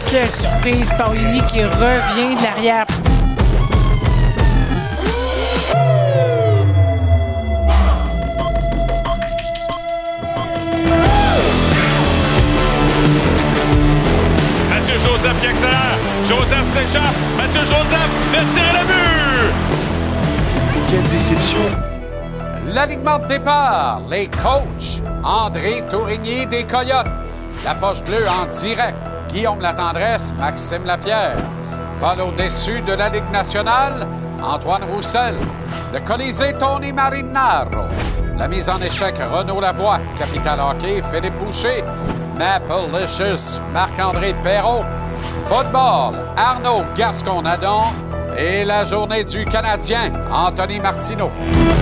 Quelle surprise, Paulini qui revient de l'arrière. Mathieu Joseph qui accélère. Joseph s'échappe. Mathieu Joseph, le tir et le but! Quelle déception! L'alignement de départ, les coachs. André Tourigny des Coyotes. La poche bleue en direct. Guillaume Latendresse, Maxime Lapierre. Vol au-dessus de la Ligue nationale, Antoine Roussel. Le Colisée, Tony Marinaro. La mise en échec, Renaud Lavoie. Capital Hockey, Philippe Boucher. Maple-Licious, Marc-André Perrault. Football, Arnaud Gascon-Nadon. Et la journée du Canadien, Anthony Martineau.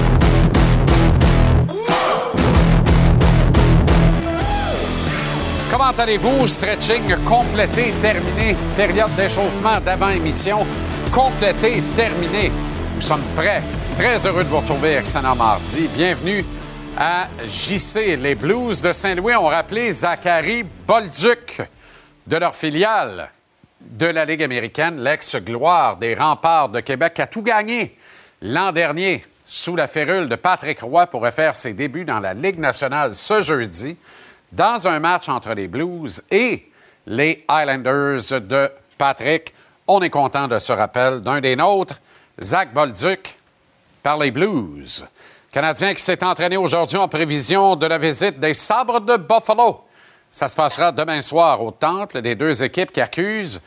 Comment allez-vous? Stretching complété, terminé. Période d'échauffement d'avant-émission complété, terminé. Nous sommes prêts. Très heureux de vous retrouver, excellent mardi. Bienvenue à JC. Les Blues de Saint-Louis ont rappelé Zachary Bolduc de leur filiale de la Ligue américaine, l'ex-gloire des Remparts de Québec, qui a tout gagné l'an dernier sous la férule de Patrick Roy pour refaire ses débuts dans la Ligue nationale ce jeudi, dans un match entre les Blues et les Highlanders de Patrick. On est content de ce rappel d'un des nôtres, Zach Bolduc, par les Blues. Canadien qui s'est entraîné aujourd'hui en prévision de la visite des Sabres de Buffalo. Ça se passera demain soir au Temple des deux équipes qui accusent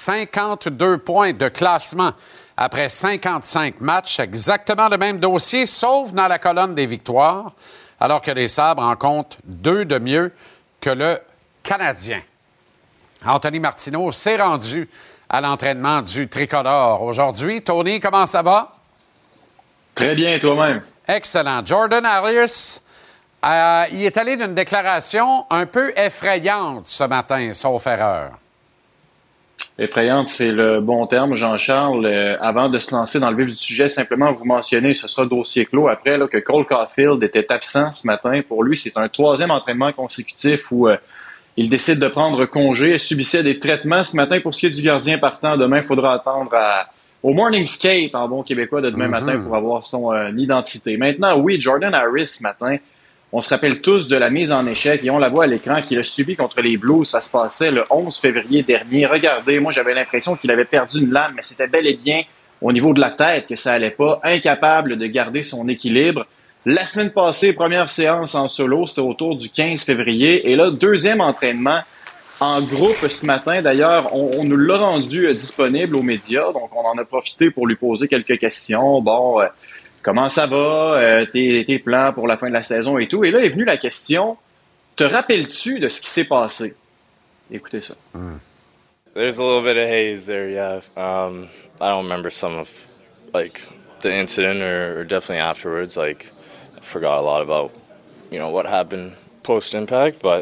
52 points de classement après 55 matchs. Exactement le même dossier, sauf dans la colonne des victoires, alors que les Sabres en comptent 2 de mieux que le Canadien. Anthony Martineau s'est rendu à l'entraînement du tricolore aujourd'hui. Tony, comment ça va? Très bien, toi-même. Excellent. Jordan Harris, il est allé d'une déclaration un peu effrayante ce matin, sauf erreur. Effrayante, c'est le bon terme, Jean-Charles. Avant de se lancer dans le vif du sujet, simplement vous mentionner, ce sera dossier clos après, là, que Cole Caulfield était absent ce matin. Pour lui, c'est un 3e entraînement consécutif où il décide de prendre congé. Il subissait des traitements ce matin. Pour ce qui est du gardien partant, demain, il faudra attendre au morning skate, en bon québécois, de demain matin pour avoir son identité. Maintenant, oui, Jordan Harris ce matin, on se rappelle tous de la mise en échec et on la voit à l'écran qu'il a subi contre les Blues. Ça se passait le 11 février dernier. Regardez, moi j'avais l'impression qu'il avait perdu une lame, mais c'était bel et bien au niveau de la tête que ça allait pas. Incapable de garder son équilibre. La semaine passée, première séance en solo, c'était autour du 15 février. Et là, 2e entraînement en groupe ce matin. D'ailleurs, on nous l'a rendu disponible aux médias, donc on en a profité pour lui poser quelques questions. Bon, comment ça va? Tes plans pour la fin de la saison et tout. Et là est venue la question, te rappelles-tu de ce qui s'est passé? Écoutez ça. There's a little bit of haze there, yeah. I don't remember some of, like, the incident or definitely afterwards. Like, I forgot a lot about, what happened post-impact. But,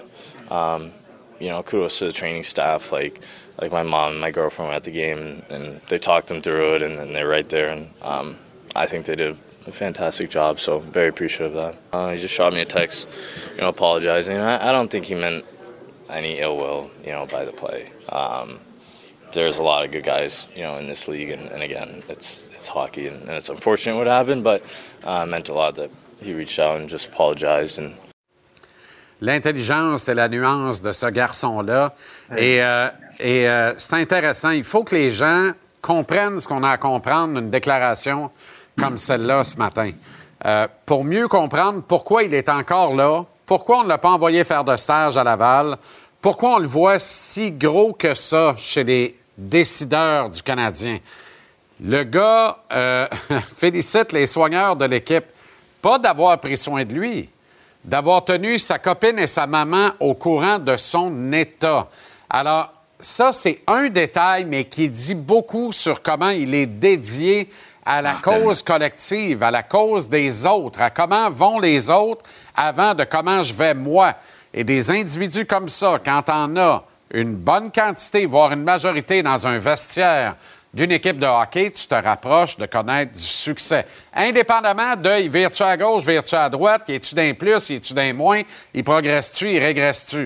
kudos to the training staff. Like my mom and my girlfriend were at the game, and they talked them through it, and they're right there. And I think they did a fantastic job, so very appreciative of that. He just shot me a text, apologizing. I don't think he meant any ill will, by the play. There's a lot of good guys, in this league, and again, it's hockey, and it's unfortunate what happened, but it meant a lot that he reached out and just apologized. And l'intelligence et la nuance de ce garçon-là. Et c'est intéressant. Il faut que les gens comprennent ce qu'on a à comprendre d'une déclaration comme celle-là ce matin. Pour mieux comprendre pourquoi il est encore là, pourquoi on ne l'a pas envoyé faire de stage à Laval, pourquoi on le voit si gros que ça chez les décideurs du Canadien. Le gars félicite les soigneurs de l'équipe, pas d'avoir pris soin de lui, d'avoir tenu sa copine et sa maman au courant de son état. Alors, ça, c'est un détail, mais qui dit beaucoup sur comment il est dédié à la cause collective, à la cause des autres, à comment vont les autres avant de comment je vais moi. Et des individus comme ça, quand on a une bonne quantité, voire une majorité dans un vestiaire d'une équipe de hockey, tu te rapproches de connaître du succès. Indépendamment de, il vire-tu à gauche, vire-tu à droite, il est-tu d'un plus, il est-tu d'un moins, il progresse-tu, il régresse-tu.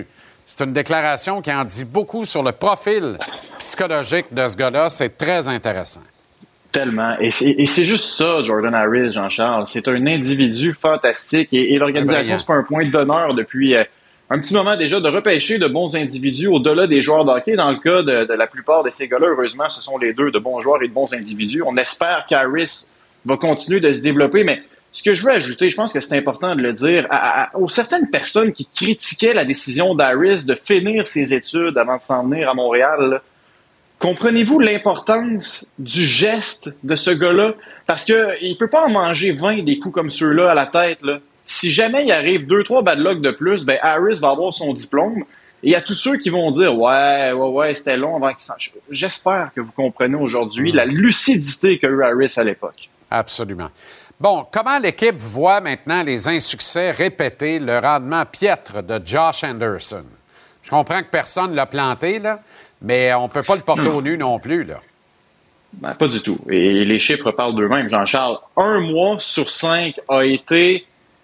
C'est une déclaration qui en dit beaucoup sur le profil psychologique de ce gars-là. C'est très intéressant. Tellement. Et c'est juste ça, Jordan Harris, Jean-Charles. C'est un individu fantastique. Et l'organisation se fait un point d'honneur depuis un petit moment déjà de repêcher de bons individus au-delà des joueurs de hockey. Dans le cas de la plupart de ces gars-là, heureusement, ce sont les deux, de bons joueurs et de bons individus. On espère qu'Harris va continuer de se développer, mais ce que je veux ajouter, je pense que c'est important de le dire, aux certaines personnes qui critiquaient la décision d'Harris de finir ses études avant de s'en venir à Montréal, là, comprenez-vous l'importance du geste de ce gars-là? Parce que il peut pas en manger 20 des coups comme ceux-là à la tête, là. Si jamais il arrive 2-3 bad luck de plus, ben Harris va avoir son diplôme. Et il y a tous ceux qui vont dire « Ouais, c'était long avant qu'il s'en... » J'espère que vous comprenez aujourd'hui la lucidité qu'a eu Harris à l'époque. Absolument. Bon, comment l'équipe voit maintenant les insuccès répétés, le rendement piètre de Josh Anderson? Je comprends que personne ne l'a planté, là, mais on ne peut pas le porter au nu non plus, là. Ben, pas du tout. Et les chiffres parlent d'eux-mêmes, Jean-Charles. 1 mois sur 5 a été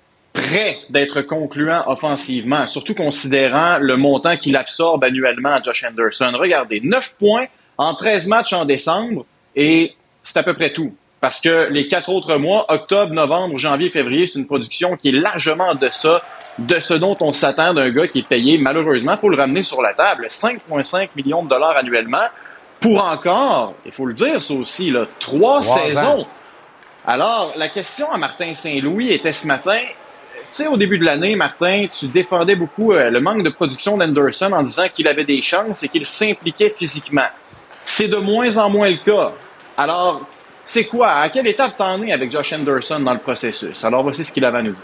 prêt d'être concluant offensivement, surtout considérant le montant qu'il absorbe annuellement à Josh Anderson. Regardez, 9 points en 13 matchs en décembre, et c'est à peu près tout. Parce que les 4 autres mois, octobre, novembre, janvier, février, c'est une production qui est largement en deçà de ce dont on s'attend d'un gars qui est payé, malheureusement, il faut le ramener sur la table, 5,5 millions de dollars annuellement pour encore, il faut le dire ça aussi, là, 3 saisons. Ans. Alors, la question à Martin Saint-Louis était ce matin, tu sais, au début de l'année, Martin, tu défendais beaucoup le manque de production d'Anderson en disant qu'il avait des chances et qu'il s'impliquait physiquement. C'est de moins en moins le cas. Alors, c'est quoi? À quelle étape t'en es avec Josh Anderson dans le processus? Alors, voici ce qu'il avait à nous dire.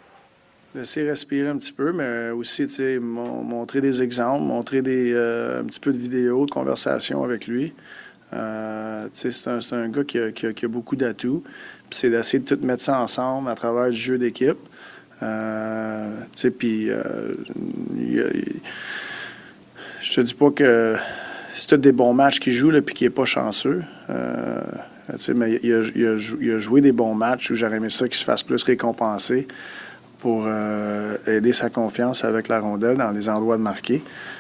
Laisser respirer un petit peu, mais aussi, tu sais, montrer des exemples, montrer un petit peu de vidéos, de conversations avec lui. Tu sais, c'est un gars qui a beaucoup d'atouts. Puis c'est d'essayer de tout mettre ça ensemble à travers le jeu d'équipe. Tu sais, puis je te dis pas que c'est tous des bons matchs qu'il joue, là, puis qu'il n'est pas chanceux. Tu sais, mais il a joué des bons matchs où j'aurais aimé ça qu'il se fasse plus récompenser pour aider sa confiance avec la rondelle dans les endroits de marquer.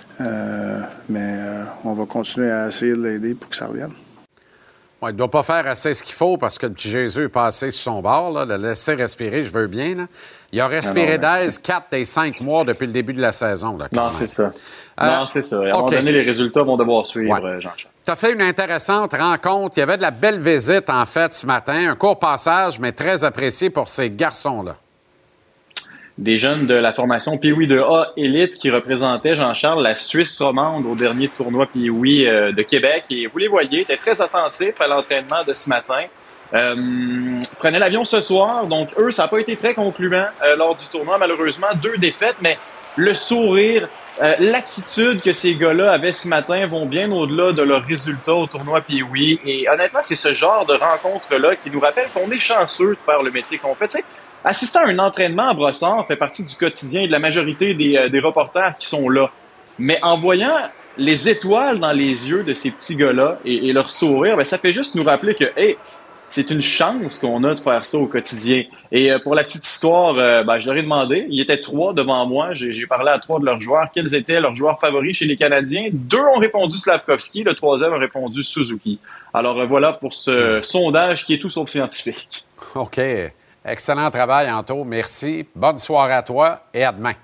Mais on va continuer à essayer de l'aider pour que ça revienne. Ouais, il ne doit pas faire assez ce qu'il faut parce que le petit Jésus est passé sur son bord. Là, le laisser respirer, je veux bien. Là. Il a respiré d'aise 4 des 5 mois depuis le début de la saison. Là, non, c'est ça. Non, c'est ça. À un moment donné, les résultats vont devoir suivre, Jean-Charles. Tu as fait une intéressante rencontre. Il y avait de la belle visite, en fait, ce matin. Un court passage, mais très apprécié pour ces garçons-là. Des jeunes de la formation Pee-Wee 2A Élite qui représentaient, Jean-Charles, la Suisse romande au dernier tournoi Pee-Wee de Québec. Et vous les voyez, étaient très attentifs à l'entraînement de ce matin. Prenaient l'avion ce soir. Donc, eux, ça n'a pas été très concluant lors du tournoi, malheureusement. 2 défaites, mais le sourire, l'attitude que ces gars-là avaient ce matin vont bien au-delà de leurs résultats au tournoi Pee-Wee. Et honnêtement, c'est ce genre de rencontre-là qui nous rappelle qu'on est chanceux de faire le métier qu'on fait. Tu sais, assister à un entraînement à Brossard fait partie du quotidien de la majorité des reporters qui sont là. Mais en voyant les étoiles dans les yeux de ces petits gars-là et leur sourire, bien, ça fait juste nous rappeler que, hey, c'est une chance qu'on a de faire ça au quotidien. Et pour la petite histoire, je leur ai demandé, il y était 3 devant moi, j'ai parlé à 3 de leurs joueurs, quels étaient leurs joueurs favoris chez les Canadiens. 2 ont répondu Slavkovski, le 3e a répondu Suzuki. Alors voilà pour ce sondage qui est tout sauf scientifique. OK. Excellent travail, Anto. Merci. Bonne soirée à toi et à demain.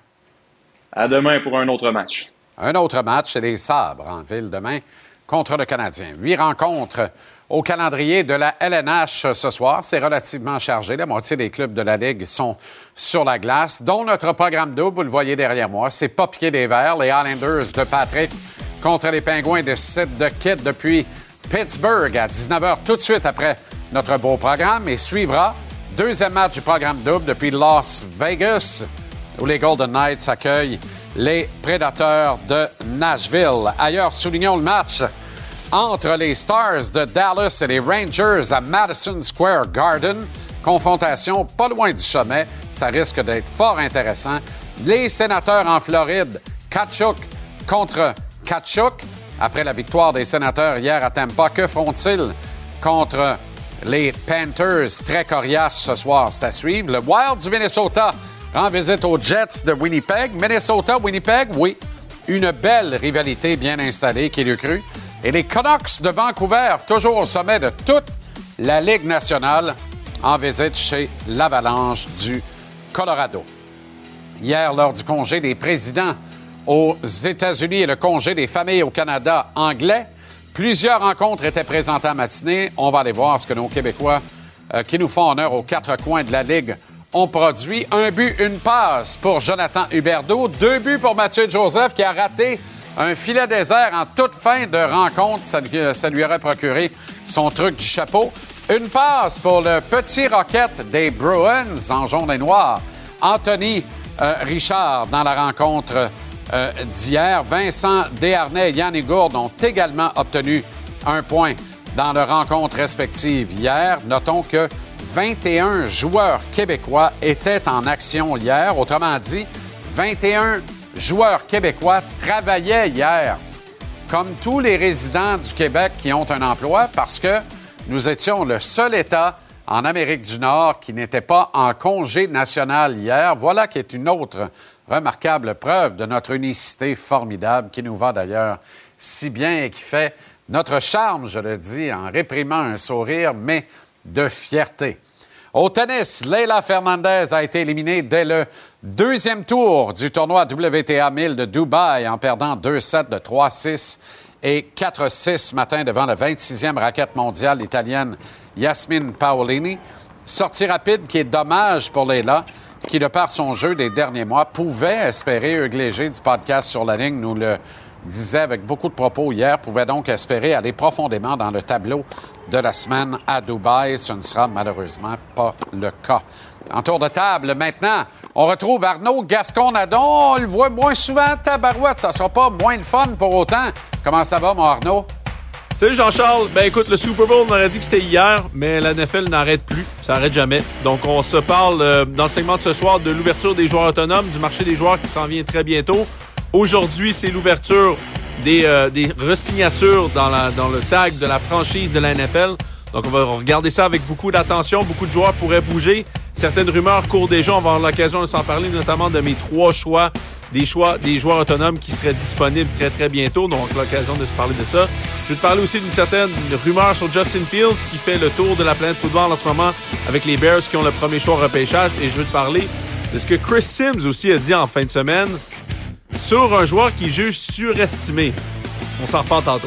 À demain pour un autre match. Un autre match, c'est les Sabres en ville demain contre le Canadien. 8 rencontres au calendrier de la LNH ce soir. C'est relativement chargé. La moitié des clubs de la Ligue sont sur la glace, dont notre programme double, vous le voyez derrière moi. C'est pas piqué des verts. Les Islanders de Patrick contre les Pingouins de Sid de Kit depuis Pittsburgh à 19h tout de suite après notre beau programme. Et suivra 2e match du programme double depuis Las Vegas, où les Golden Knights accueillent les Prédateurs de Nashville. Ailleurs, soulignons le match entre les Stars de Dallas et les Rangers à Madison Square Garden. Confrontation pas loin du sommet. Ça risque d'être fort intéressant. Les Sénateurs en Floride, Tkachuk contre Tkachuk. Après la victoire des Sénateurs hier à Tampa, que feront-ils contre les Panthers? Très coriaces ce soir, c'est à suivre. Le Wild du Minnesota rend visite aux Jets de Winnipeg. Minnesota, Winnipeg, oui. une belle rivalité bien installée, qui l'eût cru. Et les Canucks de Vancouver, toujours au sommet de toute la Ligue nationale, en visite chez l'Avalanche du Colorado. Hier, lors du congé des présidents aux États-Unis et le congé des familles au Canada anglais, plusieurs rencontres étaient présentées en matinée. On va aller voir ce que nos Québécois qui nous font honneur aux quatre coins de la Ligue ont produit. 1 but, 1 passe pour Jonathan Huberdeau. 2 buts pour Mathieu Joseph qui a raté un filet désert en toute fin de rencontre. Ça lui aurait procuré son truc du chapeau. 1 passe pour le petit Rocket des Bruins en jaune et noir. Anthony Richard dans la rencontre d'hier. Vincent Desharnais et Yannick Gourde ont également obtenu 1 point dans leurs rencontres respectives hier. Notons que 21 joueurs québécois étaient en action hier. Autrement dit, 21 joueurs québécois travaillaient hier, comme tous les résidents du Québec qui ont un emploi, parce que nous étions le seul État en Amérique du Nord qui n'était pas en congé national hier. Voilà qui est une autre remarquable preuve de notre unicité formidable, qui nous va d'ailleurs si bien et qui fait notre charme, je le dis, en réprimant un sourire, mais de fierté. Au tennis, Leylah Fernandez a été éliminée dès le 2e tour du tournoi WTA 1000 de Dubaï en perdant 2 sets de 3-6 et 4-6 ce matin devant la 26e raquette mondiale italienne Yasmine Paolini. Sortie rapide qui est dommage pour Leylah, qui, de par son jeu des derniers mois, pouvait espérer, Hugues Léger du podcast Sur la ligne nous le disait avec beaucoup de propos hier, pouvait donc espérer aller profondément dans le tableau de la semaine à Dubaï. Ce ne sera malheureusement pas le cas. En tour de table, maintenant, on retrouve Arnaud Gascon-Nadon. On le voit moins souvent, tabarouette. Ça ne sera pas moins de fun pour autant. Comment ça va, mon Arnaud? Salut Jean-Charles. Ben écoute, le Super Bowl, on aurait dit que c'était hier, mais la NFL n'arrête plus. Ça n'arrête jamais. Donc, on se parle dans le segment de ce soir de l'ouverture des joueurs autonomes, du marché des joueurs qui s'en vient très bientôt. Aujourd'hui, c'est l'ouverture des re-signatures dans le tag de la franchise de la NFL. Donc, on va regarder ça avec beaucoup d'attention. Beaucoup de joueurs pourraient bouger. Certaines rumeurs courent déjà. On va avoir l'occasion de s'en parler, notamment de mes 3 choix, des joueurs autonomes qui seraient disponibles très, très bientôt. Donc, l'occasion de se parler de ça. Je vais te parler aussi d'une certaine rumeur sur Justin Fields qui fait le tour de la planète football en ce moment avec les Bears qui ont le premier choix au repêchage. Et je vais te parler de ce que Chris Sims aussi a dit en fin de semaine sur un joueur qui juge surestimé. On s'en reparle tantôt.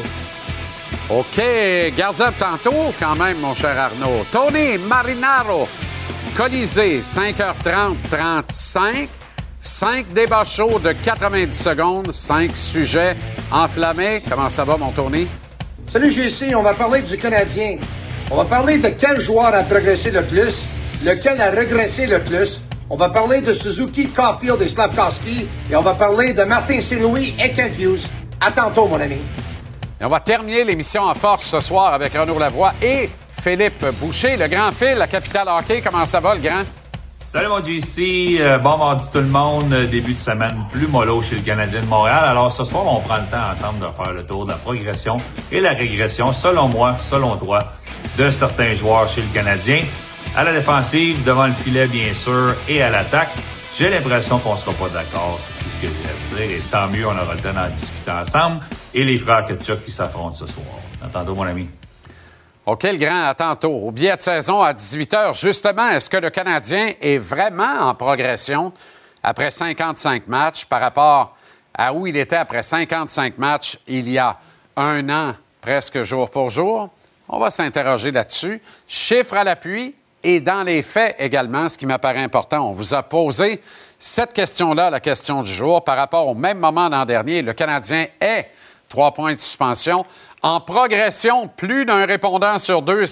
OK, garde ça tantôt quand même, mon cher Arnaud. Tony Marinaro, Colisée, 5h30, 35. 5 débats chauds de 90 secondes, 5 sujets enflammés. Comment ça va, mon Tony? Salut, JC. On va parler du Canadien. On va parler de quel joueur a progressé le plus, lequel a régressé le plus. On va parler de Suzuki, Caulfield et Slavkovski. Et on va parler de Martin Saint-Louis et Kent Hughes. À tantôt, mon ami. Et on va terminer l'émission en force ce soir avec Renaud Lavoie et Philippe Boucher. Le grand Phil, la capitale hockey. Comment ça va, le grand? Salut mon JC, bon mardi tout le monde, début de semaine plus mollo chez le Canadien de Montréal. Alors ce soir, on prend le temps ensemble de faire le tour de la progression et la régression, selon moi, selon toi, de certains joueurs chez le Canadien. À la défensive, devant le filet bien sûr, et à l'attaque, j'ai l'impression qu'on sera pas d'accord sur tout ce que j'ai à dire. Et tant mieux, on aura le temps d'en discuter ensemble. Et les frères Ketchuk qui s'affrontent ce soir. À tantôt, mon ami. OK, le grand, à tantôt. Au billet de saison à 18h, justement, est-ce que le Canadien est vraiment en progression après 55 matchs par rapport à où il était après 55 matchs il y a 1 an, presque jour pour jour? On va s'interroger là-dessus. Chiffres à l'appui et dans les faits également, ce qui m'apparaît important. On vous a posé cette question-là, la question du jour, par rapport au même moment l'an dernier. Le Canadien est 3 points de suspension. En progression, plus d'un répondant sur 2,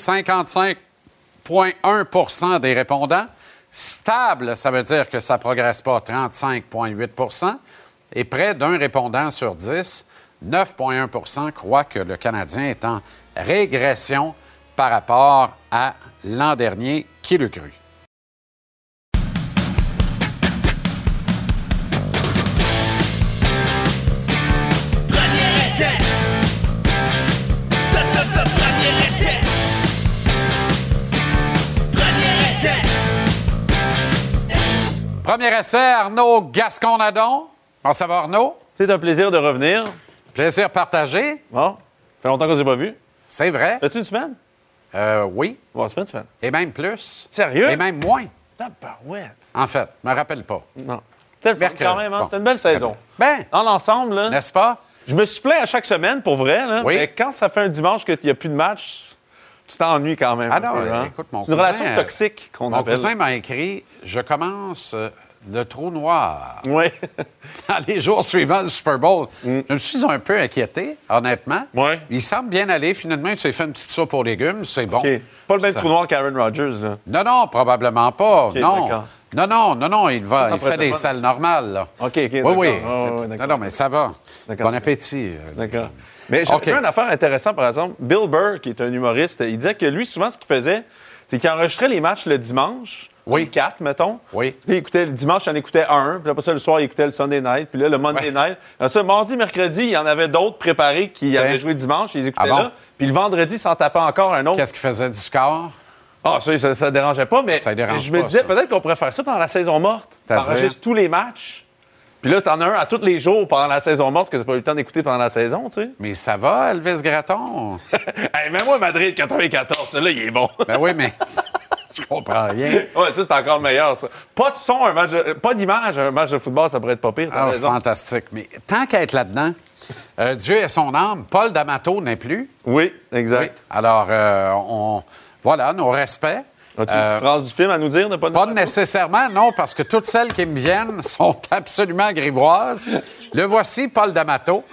55,1 % des répondants. Stable, ça veut dire que ça ne progresse pas, 35,8 % Et près d'un répondant sur 10, 9,1 % croient que le Canadien est en régression par rapport à l'an dernier. Qui l'eût cru? Premier essai, Arnaud Gascon-Nadon. Comment ça va, Arnaud? C'est un plaisir de revenir. Plaisir partagé. Bon, ça fait longtemps qu'on ne s'est pas vu. C'est vrai. Fais-tu une semaine? Oui. Bon, ça fait une semaine. Et même plus. Sérieux? Et même moins. Tabarouette. En fait, je me rappelle pas. Non. C'est le fun quand même, hein? Bon. C'est une belle saison. Ben, Dans l'ensemble, là, n'est-ce pas? je me suis plaint à chaque semaine, pour vrai, là, Oui. mais quand ça fait un dimanche qu'il n'y a plus de match, tu t'ennuies quand même. Ah un non, peu, hein? écoute, mon c'est une cousin, relation toxique qu'on Mon appelle. cousin m'a écrit « Je commence le trou noir Oui. dans les jours suivants du Super Bowl. Je me suis un peu inquiété, honnêtement. Ouais. Il semble bien aller. Finalement, il s'est fait une petite soupe aux légumes. C'est bon. OK. Pas le même Ça- trou noir qu'Aaron Rodgers, là. Non, probablement pas. OK, non. d'accord. Non, il va. Ça Il pourrait fait être des le fun, salles ça. normales, là. OK, Oui. d'accord. Non, non, mais ça va. D'accord. Bon appétit. D'accord. Mais j'ai OK. vu une affaire intéressante, par exemple. Bill Burr, qui est un humoriste, il disait que lui, souvent, ce qu'il faisait, c'est qu'il enregistrait les matchs le dimanche. Oui. 4, mettons. Oui. Puis il écoutait, le dimanche, il en écoutait un. Puis après ça, le soir, il écoutait le Sunday night. Puis là, le Monday night. Après ça, mardi, mercredi, il y en avait d'autres préparés qui avaient joué dimanche. Ils écoutaient Ah bon? là. Puis le vendredi, il s'en tapait encore un autre. Qu'est-ce qu'il faisait du score? Ah, ça dérangeait pas, mais Ça dérange je me pas, disais ça. peut-être qu'on pourrait faire ça pendant la saison morte. C'est-à-dire? T'enregistres tous les matchs. Puis là, t'en as un à tous les jours pendant la saison morte que t'as pas eu le temps d'écouter pendant la saison, tu sais. Mais ça va, Elvis Gratton? Hey, mais moi, Madrid 94, celui-là, il est bon. Ben oui, mais je comprends rien. Ouais, ça, c'est encore meilleur, ça. Pas de son, pas d'image, un match de football, ça pourrait être pas pire. T'as Ah, raison. fantastique. Mais tant qu'à être là-dedans, Dieu ait son âme, Paul D'Amato n'est plus. Oui, exact. Oui. Alors, voilà, nos respects. As-tu une petite phrase du film à nous dire de Pas nécessairement, non, parce que toutes celles qui me viennent sont absolument grivoises. Le voici, Paul D'Amato.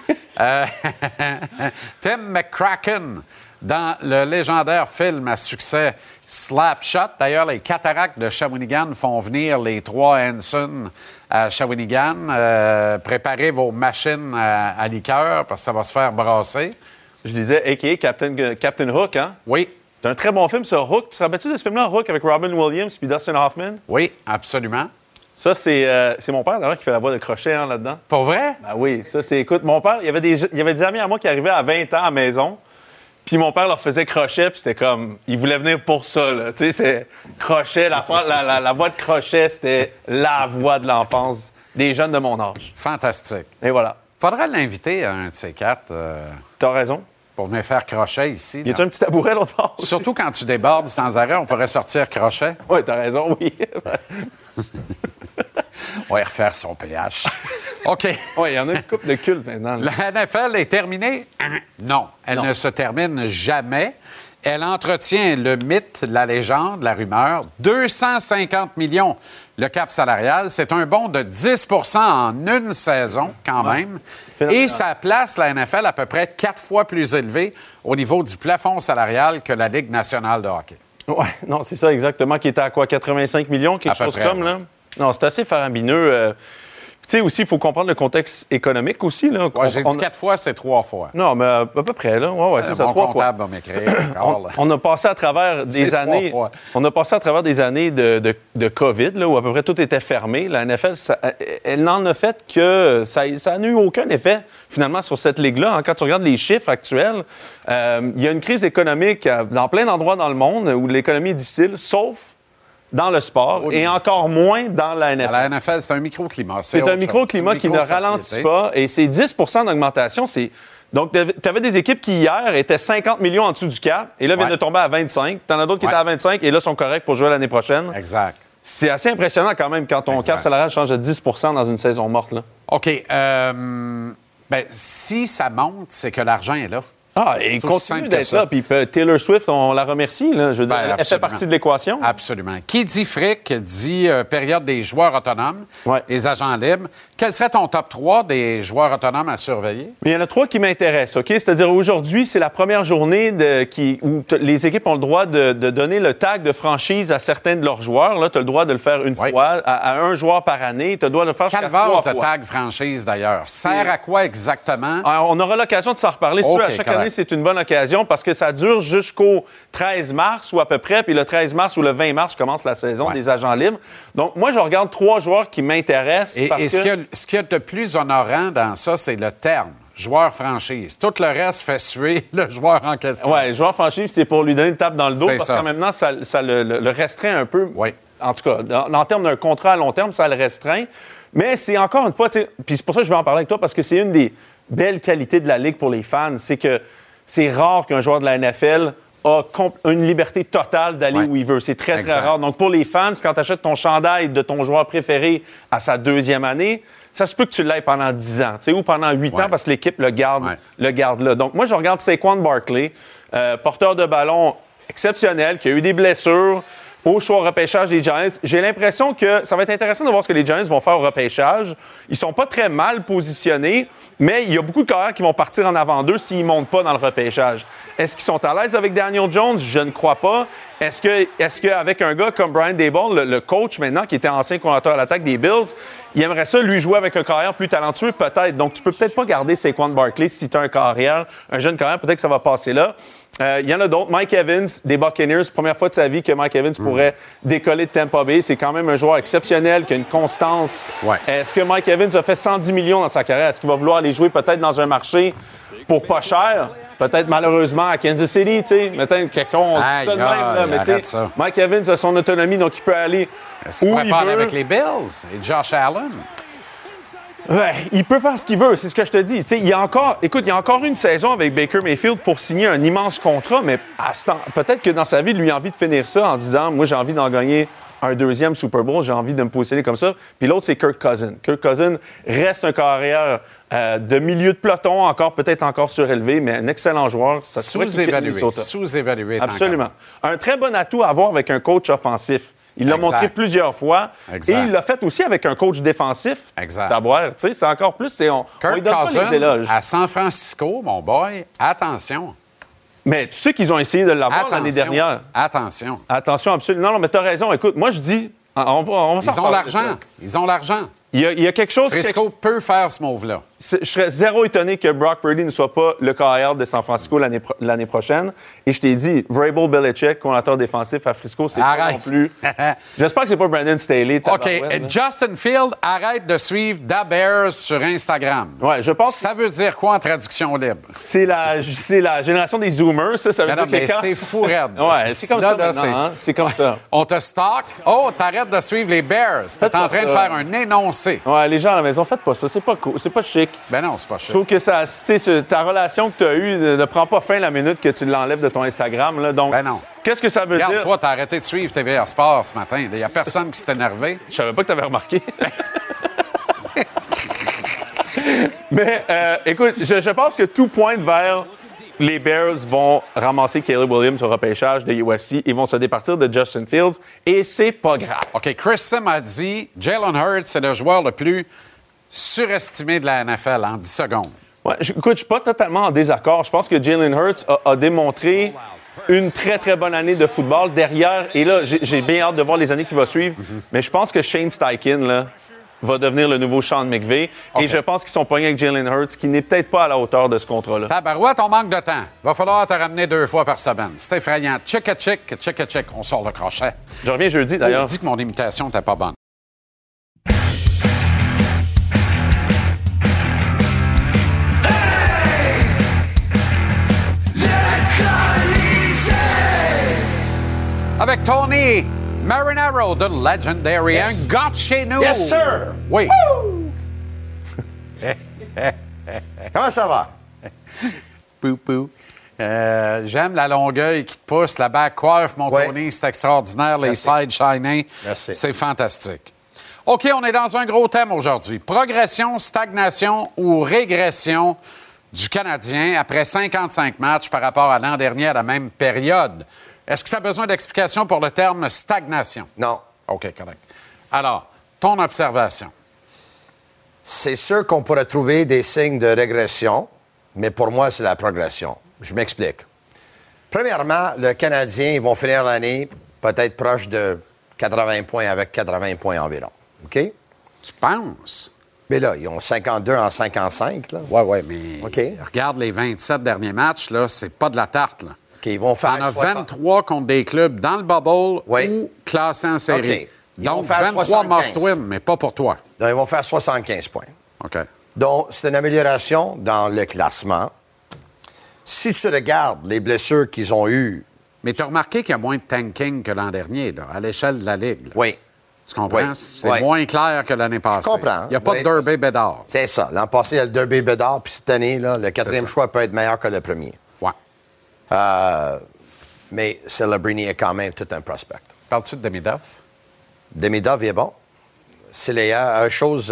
Tim McCracken, dans le légendaire film à succès Slapshot. D'ailleurs, les cataractes de Shawinigan font venir les 3 Hanson à Shawinigan. Préparez vos machines à liqueur parce que ça va se faire brasser. Je disais, a.k.a. Captain Hook, hein? Oui, C'est un très bon film, ça, Hook. Tu te rappelles-tu de ce film-là, Hook, avec Robin Williams puis Dustin Hoffman? oui, absolument. Ça, c'est mon père, d'ailleurs, qui fait la voix de Crochet, hein, là-dedans. Pour vrai? Ben oui, ça, c'est... Écoute, mon père, il y avait des amis à moi qui arrivaient à 20 ans à la maison, puis mon père leur faisait Crochet, puis c'était comme... Il voulait venir pour ça, là. Tu sais, c'est Crochet, la voix de Crochet, c'était la voix de l'enfance des jeunes de mon âge. Fantastique. Et voilà. Faudra l'inviter à un de ces quatre T'as raison. pour venir faire Crochet ici. Y a-tu un petit tabouret l'autre part? Surtout quand tu débordes sans arrêt, on pourrait sortir Crochet. Oui, t'as raison, oui. On va y refaire son pH. OK. Oui, il y en a une couple de culte maintenant. Là. La NFL est terminée? Non, elle ne se termine jamais. Elle entretient le mythe, la légende, la rumeur. 250 millions, le cap salarial. C'est un bond de 10 en une saison, quand même. Phénoménal. Et ça place la NFL à peu près 4 fois plus élevée au niveau du plafond salarial que la Ligue nationale de hockey. Oui, non, c'est ça exactement, qui était à quoi, 85 millions, quelque À peu chose près, comme, oui. là? Non, c'est assez faramineux. Tu sais, aussi, il faut comprendre le contexte économique aussi, là. Ouais, j'ai dit 4 fois, c'est 3 fois. Non, mais à peu près, là. Ouais, c'est ça, Mon 3 fois. comptable va m'écrire encore, là. On a passé à travers C'est des 3 années. fois. On a passé à travers des années de COVID, là, où à peu près tout était fermé. La NFL, elle n'en a fait que ça n'a eu aucun effet finalement sur cette ligue-là. Hein. Quand tu regardes les chiffres actuels, il y a une crise économique dans plein d'endroits dans le monde où l'économie est difficile, sauf dans le sport Oh, et mais encore moins dans la NFL. À la NFL, c'est un microclimat. C'est un microclimat qui ne ralentit pas et c'est 10 d'augmentation. Donc, tu avais des équipes qui, hier, étaient 50 millions en dessous du cap et là, viennent de tomber à 25. Tu en as d'autres qui étaient à 25 et là, sont corrects pour jouer l'année prochaine. Exact. C'est assez impressionnant quand même quand ton cap salarial change de 10 dans une saison morte. Là. OK. Si ça monte, c'est que l'argent est là. Ah, et il C'est aussi continue simple que d'être ça. là. Puis Taylor Swift, on la remercie. Là. Je veux dire, elle fait absolument. partie de l'équation. Absolument. Qui dit fric dit période des joueurs autonomes, les agents libres. Quel serait ton top 3 des joueurs autonomes à surveiller? Mais il y en a 3 qui m'intéressent, OK? C'est-à-dire, aujourd'hui, c'est la première journée où les équipes ont le droit de donner le tag de franchise à certains de leurs joueurs. Là, tu as le droit de le faire une fois, à un joueur par année. Tu as le droit de le faire jusqu'à 3 Calvaire fois. de tag franchise, d'ailleurs. Sert à quoi exactement? Alors, on aura l'occasion de s'en reparler. OK, À chaque correct. année, c'est une bonne occasion parce que ça dure jusqu'au 13 mars ou à peu près. Puis le 13 mars ou le 20 mars commence la saison des agents libres. Donc, moi, je regarde 3 joueurs qui m'intéressent. Et ce qu'il y a de plus honorant dans ça, c'est le terme. Joueur franchise. Tout le reste fait suer le joueur en question. Oui, joueur franchise, c'est pour lui donner une tape dans le dos C'est parce ça. qu'en même temps, ça le restreint un peu. Oui. En tout cas, en termes d'un contrat à long terme, ça le restreint. Mais c'est encore une fois, puis c'est pour ça que je vais en parler avec toi, parce que c'est une des belles qualités de la Ligue pour les fans, c'est que c'est rare qu'un joueur de la NFL a une liberté totale d'aller où il veut. C'est très, très rare. Donc, pour les fans, quand tu achètes ton chandail de ton joueur préféré à sa 2e année, ça se peut que tu l'aies pendant 10 ans, ou pendant 8 ans, parce que l'équipe le garde là. Donc, moi, je regarde Saquon Barkley, porteur de ballon exceptionnel, qui a eu des blessures au choix au repêchage des Giants. J'ai l'impression que ça va être intéressant de voir ce que les Giants vont faire au repêchage. Ils sont pas très mal positionnés, mais il y a beaucoup de carrières qui vont partir en avant d'eux s'ils ne montent pas dans le repêchage. Est-ce qu'ils sont à l'aise avec Daniel Jones? Je ne crois pas. Est-ce qu'avec un gars comme Brian Daboll, le coach maintenant, qui était ancien coordinateur à l'attaque des Bills, il aimerait ça, lui, jouer avec un carrière plus talentueux? Peut-être. Donc, tu peux peut-être pas garder Saquon Barkley si tu as un jeune carrière. Peut-être que ça va passer là. Il y en a d'autres. Mike Evans, des Buccaneers. Première fois de sa vie que Mike Evans pourrait décoller de Tampa Bay. C'est quand même un joueur exceptionnel, qui a une constance. Est-ce que Mike Evans a fait 110 millions dans sa carrière? Est-ce qu'il va vouloir aller jouer peut-être dans un marché pour pas cher? Peut-être malheureusement à Kansas City, tu sais. Peut-être quelqu'un, on se dit ça de même, là. Mais tu sais, Mike Evans a son autonomie, donc il peut aller Est-ce qu'il pourrait parler avec les Bills et Josh Allen? Ouais, il peut faire ce qu'il veut, c'est ce que je te dis. Il y a encore une saison avec Baker Mayfield pour signer un immense contrat, mais peut-être que dans sa vie, lui a envie de finir ça en disant « Moi, j'ai envie d'en gagner un 2e Super Bowl, j'ai envie de me positionner comme ça. » Puis l'autre, c'est Kirk Cousins. Kirk Cousins reste un carrière de milieu de peloton, peut-être encore surélevé, mais un excellent joueur. Ça Sous-évalué. Absolument. Un très bon atout à avoir avec un coach offensif. Il l'a montré plusieurs fois. Et il l'a fait aussi avec un coach défensif. D'abord, tu sais, c'est encore plus... on lui donne pas les éloges. À San Francisco, mon boy, attention. Mais tu sais qu'ils ont essayé de l'avoir l'année dernière. Attention, absolument. Non, mais tu as raison. Écoute, moi, je dis... On va Ils ont l'argent. Il y a quelque chose... Frisco peut faire ce move-là. Je serais zéro étonné que Brock Purdy ne soit pas le carrière de San Francisco l'année prochaine. Et je t'ai dit, Vrabel Belichick, coordinateur défensif à Frisco, c'est pas non plus... J'espère que c'est pas Brandon Staley. OK. Justin Field arrête de suivre Da Bears sur Instagram. Ouais, je pense... Ça veut dire quoi en traduction libre? C'est la génération des Zoomers, ça veut dire que quand... c'est fou raide. Ouais, c'est comme ça maintenant, hein? C'est comme ça. On te stocke. Oh, t'arrêtes de suivre les Bears. T'es en train de faire un énoncé. Ouais, les gens à la maison, faites pas ça. C'est pas cool. C'est pas chic. Ben non, c'est pas chic. Je trouve que ça, ta relation que tu as eue ne prend pas fin la minute que tu l'enlèves de ton Instagram. Là. Donc, ben non. Qu'est-ce que ça veut dire? Toi, t'as arrêté de suivre TVA Sport ce matin. Il n'y a personne qui s'est énervé. Je savais pas que tu avais remarqué. Mais écoute, je pense que tout pointe vers les Bears vont ramasser Caleb Williams au repêchage de USC. Ils vont se départir de Justin Fields et c'est pas grave. OK, Chris Sim a dit Jalen Hurts, c'est le joueur le plus surestimé de la NFL en 10 secondes. Ouais, écoute, je suis pas totalement en désaccord. Je pense que Jalen Hurts a démontré une très, très bonne année de football derrière. Et là, j'ai bien hâte de voir les années qui vont suivre. Mais je pense que Shane Steichen, là, va devenir le nouveau Sean McVay. Okay. Et je pense qu'ils sont pognés avec Jalen Hurts, qui n'est peut-être pas à la hauteur de ce contrat-là. Tabarouette, on manque de temps. Va falloir te ramener 2 fois par semaine. C'est effrayant. Check. On sort le crochet. Je reviens jeudi, d'ailleurs. On dit que mon imitation n'était pas bonne. Avec Tony Marinaro de Legendary, un gars de chez nous. Yes, sir! Oui. Comment ça va? Pou. J'aime la longueuil qui te pousse, la back coiffe, mon Tony, c'est extraordinaire, les side shining. Merci. C'est fantastique. OK, on est dans un gros thème aujourd'hui. Progression, stagnation ou régression du Canadien après 55 matchs par rapport à l'an dernier à la même période. Est-ce que tu as besoin d'explications pour le terme stagnation? Non. OK, correct. Alors, ton observation? C'est sûr qu'on pourrait trouver des signes de régression, mais pour moi, c'est la progression. Je m'explique. Premièrement, le Canadien, ils vont finir l'année peut-être proche de 80 points avec 80 points environ. OK? Tu penses? Mais là, ils ont 52 en 55, là. Oui, mais regarde les 27 derniers matchs, là, c'est pas de la tarte, là. OK, ils vont faire... On a 23 contre des clubs dans le bubble ou classés en série. Okay. Donc, 23 must-win, mais pas pour toi. Donc, ils vont faire 75 points. OK. Donc, c'est une amélioration dans le classement. Si tu regardes les blessures qu'ils ont eues Mais tu as remarqué qu'il y a moins de tanking que l'an dernier, là, à l'échelle de la Ligue. Là. Oui. Tu comprends? Oui. C'est moins clair que l'année passée. Je comprends. Il n'y a pas de Derby Bédard. C'est ça. L'an passé, il y a le Derby Bédard, puis cette année, là, le 4e choix peut être meilleur que le premier. Ouais. Mais Celebrini est quand même tout un prospect. Parles-tu de Demidov? Demidov, il est bon. C'est les chose.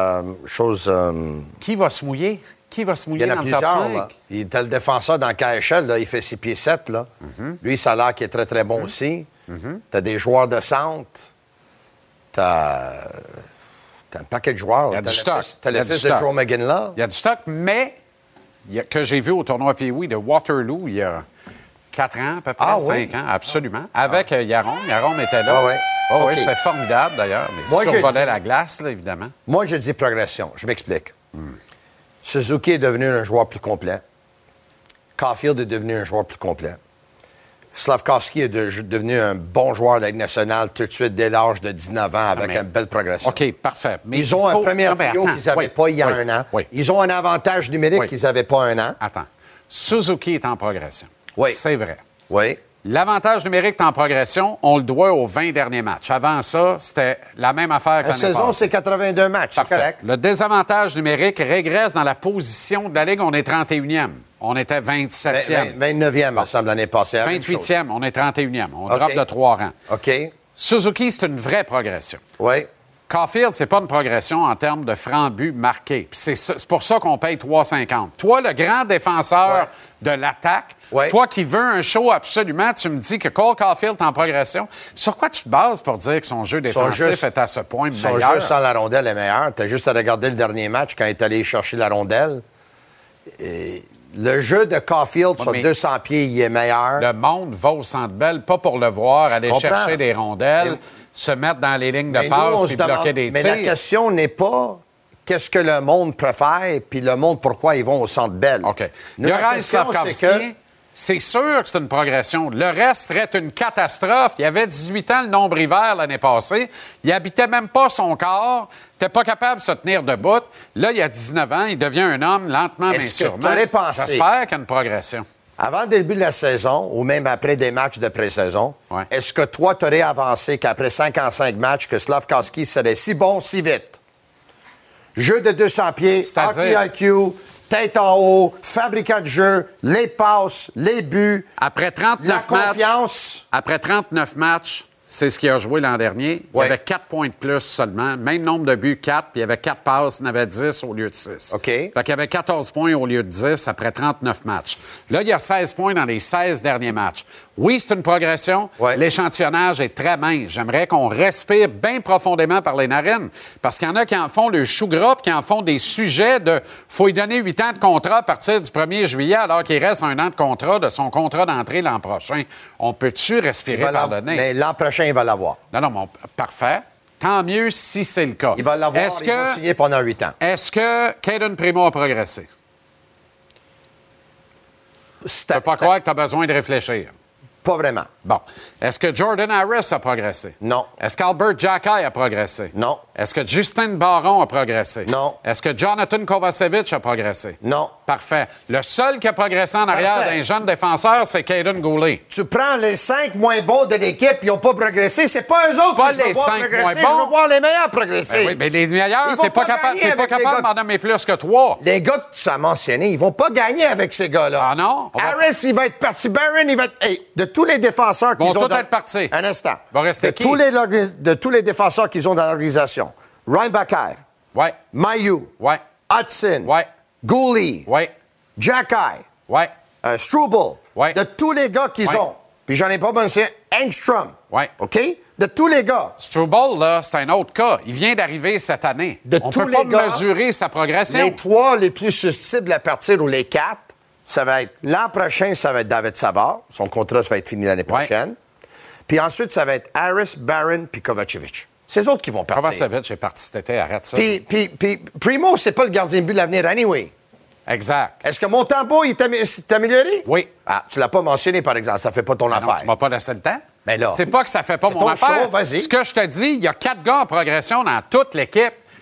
Qui va se mouiller? Qui va se mouiller il y en a dans le top plusieurs. 5? Là. Il était le défenseur dans KHL, là. Il fait 6 pieds 7. Là. Lui, ça a l'air qu'il est très, très bon aussi. T'as des joueurs de centre. T'as un paquet de joueurs. Il y a du stock. T'as le fils de Joe McGinley. Il y a du stock, mais que j'ai vu au tournoi Pee-Wee de Waterloo il y a 4 ans, à peu près, 5 ans, absolument. Avec Yaron. Yaron était là. Oui, c'était formidable, d'ailleurs. Mais survolait la glace, là, évidemment. Moi, je dis progression. Je m'explique. Suzuki est devenu un joueur plus complet. Caulfield est devenu un joueur plus complet. Slafkovsky est devenu un bon joueur de la Ligue nationale tout de suite dès l'âge de 19 ans avec une belle progression. OK, parfait. Mais ils ont un premier trio qu'ils n'avaient pas il y a un an. Ils ont un avantage numérique qu'ils n'avaient pas un an. Attends. Suzuki est en progression. Oui. C'est vrai. Oui. L'avantage numérique est en progression, on le doit aux 20 derniers matchs. Avant ça, c'était la même affaire que la saison, c'est 82 matchs, c'est correct. Le désavantage numérique régresse dans la position de la Ligue. On est 31e. On était 27e. 29e, me semble, l'année passée. 28e, on est 31e. On drop de 3 rangs. OK. Suzuki, c'est une vraie progression. Oui. Caulfield, c'est pas une progression en termes de francs buts marqués. Puis c'est pour ça qu'on paye 3,50. Toi, le grand défenseur de l'attaque, toi qui veux un show absolument, tu me dis que Cole Caulfield est en progression. Sur quoi tu te bases pour dire que son jeu défensif est à ce point meilleur? Son jeu sans la rondelle est meilleur. Tu as juste à regarder le dernier match quand il est allé chercher la rondelle. Le jeu de Caulfield sur 200 pieds, il est meilleur. Le monde va au Centre Bell, pas pour le voir, aller chercher des rondelles, se mettre dans les lignes de passe puis bloquer des tirs. Mais la question n'est pas qu'est-ce que le monde préfère puis le monde pourquoi ils vont au Centre Bell. OK. Yoraï Slafkovsky, c'est sûr que c'est une progression. Le reste serait une catastrophe. Il avait 18 ans, le nombril-hiver, l'année passée. Il habitait même pas son corps. Il n'était pas capable de se tenir debout. Là, il a 19 ans. Il devient un homme lentement, mais sûrement. J'espère qu'il y a une progression. Avant le début de la saison, ou même après des matchs de pré-saison, est-ce que toi, tu aurais avancé qu'après 55 matchs, que Slafkovsky serait si bon, si vite? Jeu de 200 pieds, hockey IQ, tête en haut, fabricant de jeu, les passes, les buts, après 39 la confiance. Après 39 matchs, c'est ce qu'il a joué l'an dernier. Il y avait 4 points de plus seulement. Même nombre de buts, 4, puis il y avait 4 passes, il en avait 10 au lieu de 6. OK. Fait qu'il y avait 14 points au lieu de 10 après 39 matchs. Là, il y a 16 points dans les 16 derniers matchs. Oui, c'est une progression. L'échantillonnage est très mince. J'aimerais qu'on respire bien profondément par les narines. Parce qu'il y en a qui en font le chou gras, qui en font des sujets de « faut lui donner 8 ans de contrat à partir du 1er juillet alors qu'il reste 1 an de contrat de son contrat d'entrée l'an prochain. » On peut-tu respirer par le nez? Mais l'an prochain, il va l'avoir. Non, parfait. Tant mieux si c'est le cas. Il va l'avoir, il va signer pendant 8 ans. Est-ce que Caden Primo a progressé? Tu ne peux pas croire que tu as besoin de réfléchir. Pas vraiment. Bon. Est-ce que Jordan Harris a progressé? Non. Est-ce qu'Albert Jacquet a progressé? Non. Est-ce que Justin Barron a progressé? Non. Est-ce que Jonathan Kovacevic a progressé? Non. Parfait. Le seul qui a progressé en arrière d'un jeune défenseur, c'est Caden Goulet. Tu prends les 5 moins bons de l'équipe, ils n'ont pas progressé. C'est pas eux autres pas que je veux voir progresser. Je veux voir les meilleurs progresser. Oui, mais les meilleurs, t'es pas capable d'en nommer plus que 3. Les gars que tu as mentionnés, ils vont pas gagner avec ces gars-là. Ah non? Harris, il va être parti. Barron, il va être... Hey, de tous les défenseurs qu'ils ont... Vont tous être partis. Un instant. Va rester qui? De tous les défenseurs qu'ils ont dans l'organisation. Ryan Backer. Ouais. Mayu. Ouais. Hudson. Ouais. Gooley. Ouais. Jacquet. Ouais. Struble. Ouais. De tous les gars qu'ils ont. Puis j'en ai pas mentionné. Engstrom. Ouais. OK? De tous les gars. Struble, là, c'est un autre cas. Il vient d'arriver cette année. On peut pas mesurer sa progression. Les 3 les plus susceptibles à partir, ou les 4, ça va être... L'an prochain, ça va être David Savard. Son contrat, ça va être fini l'année prochaine. Puis ensuite, ça va être Harris, Barron, puis Kovacevic. C'est eux autres qui vont partir. Kovacevic est parti cet été, arrête ça. Puis Primo, c'est pas le gardien de but de l'avenir anyway. Exact. Est-ce que Montembeault s'est amélioré? Oui. Ah, tu l'as pas mentionné, par exemple. Ça fait pas ton affaire. Non, tu m'as pas laissé le temps. Mais là, c'est pas que ça fait pas mon affaire. Show, vas-y. Ce que je te dis, il y a 4 gars en progression dans toute l'équipe.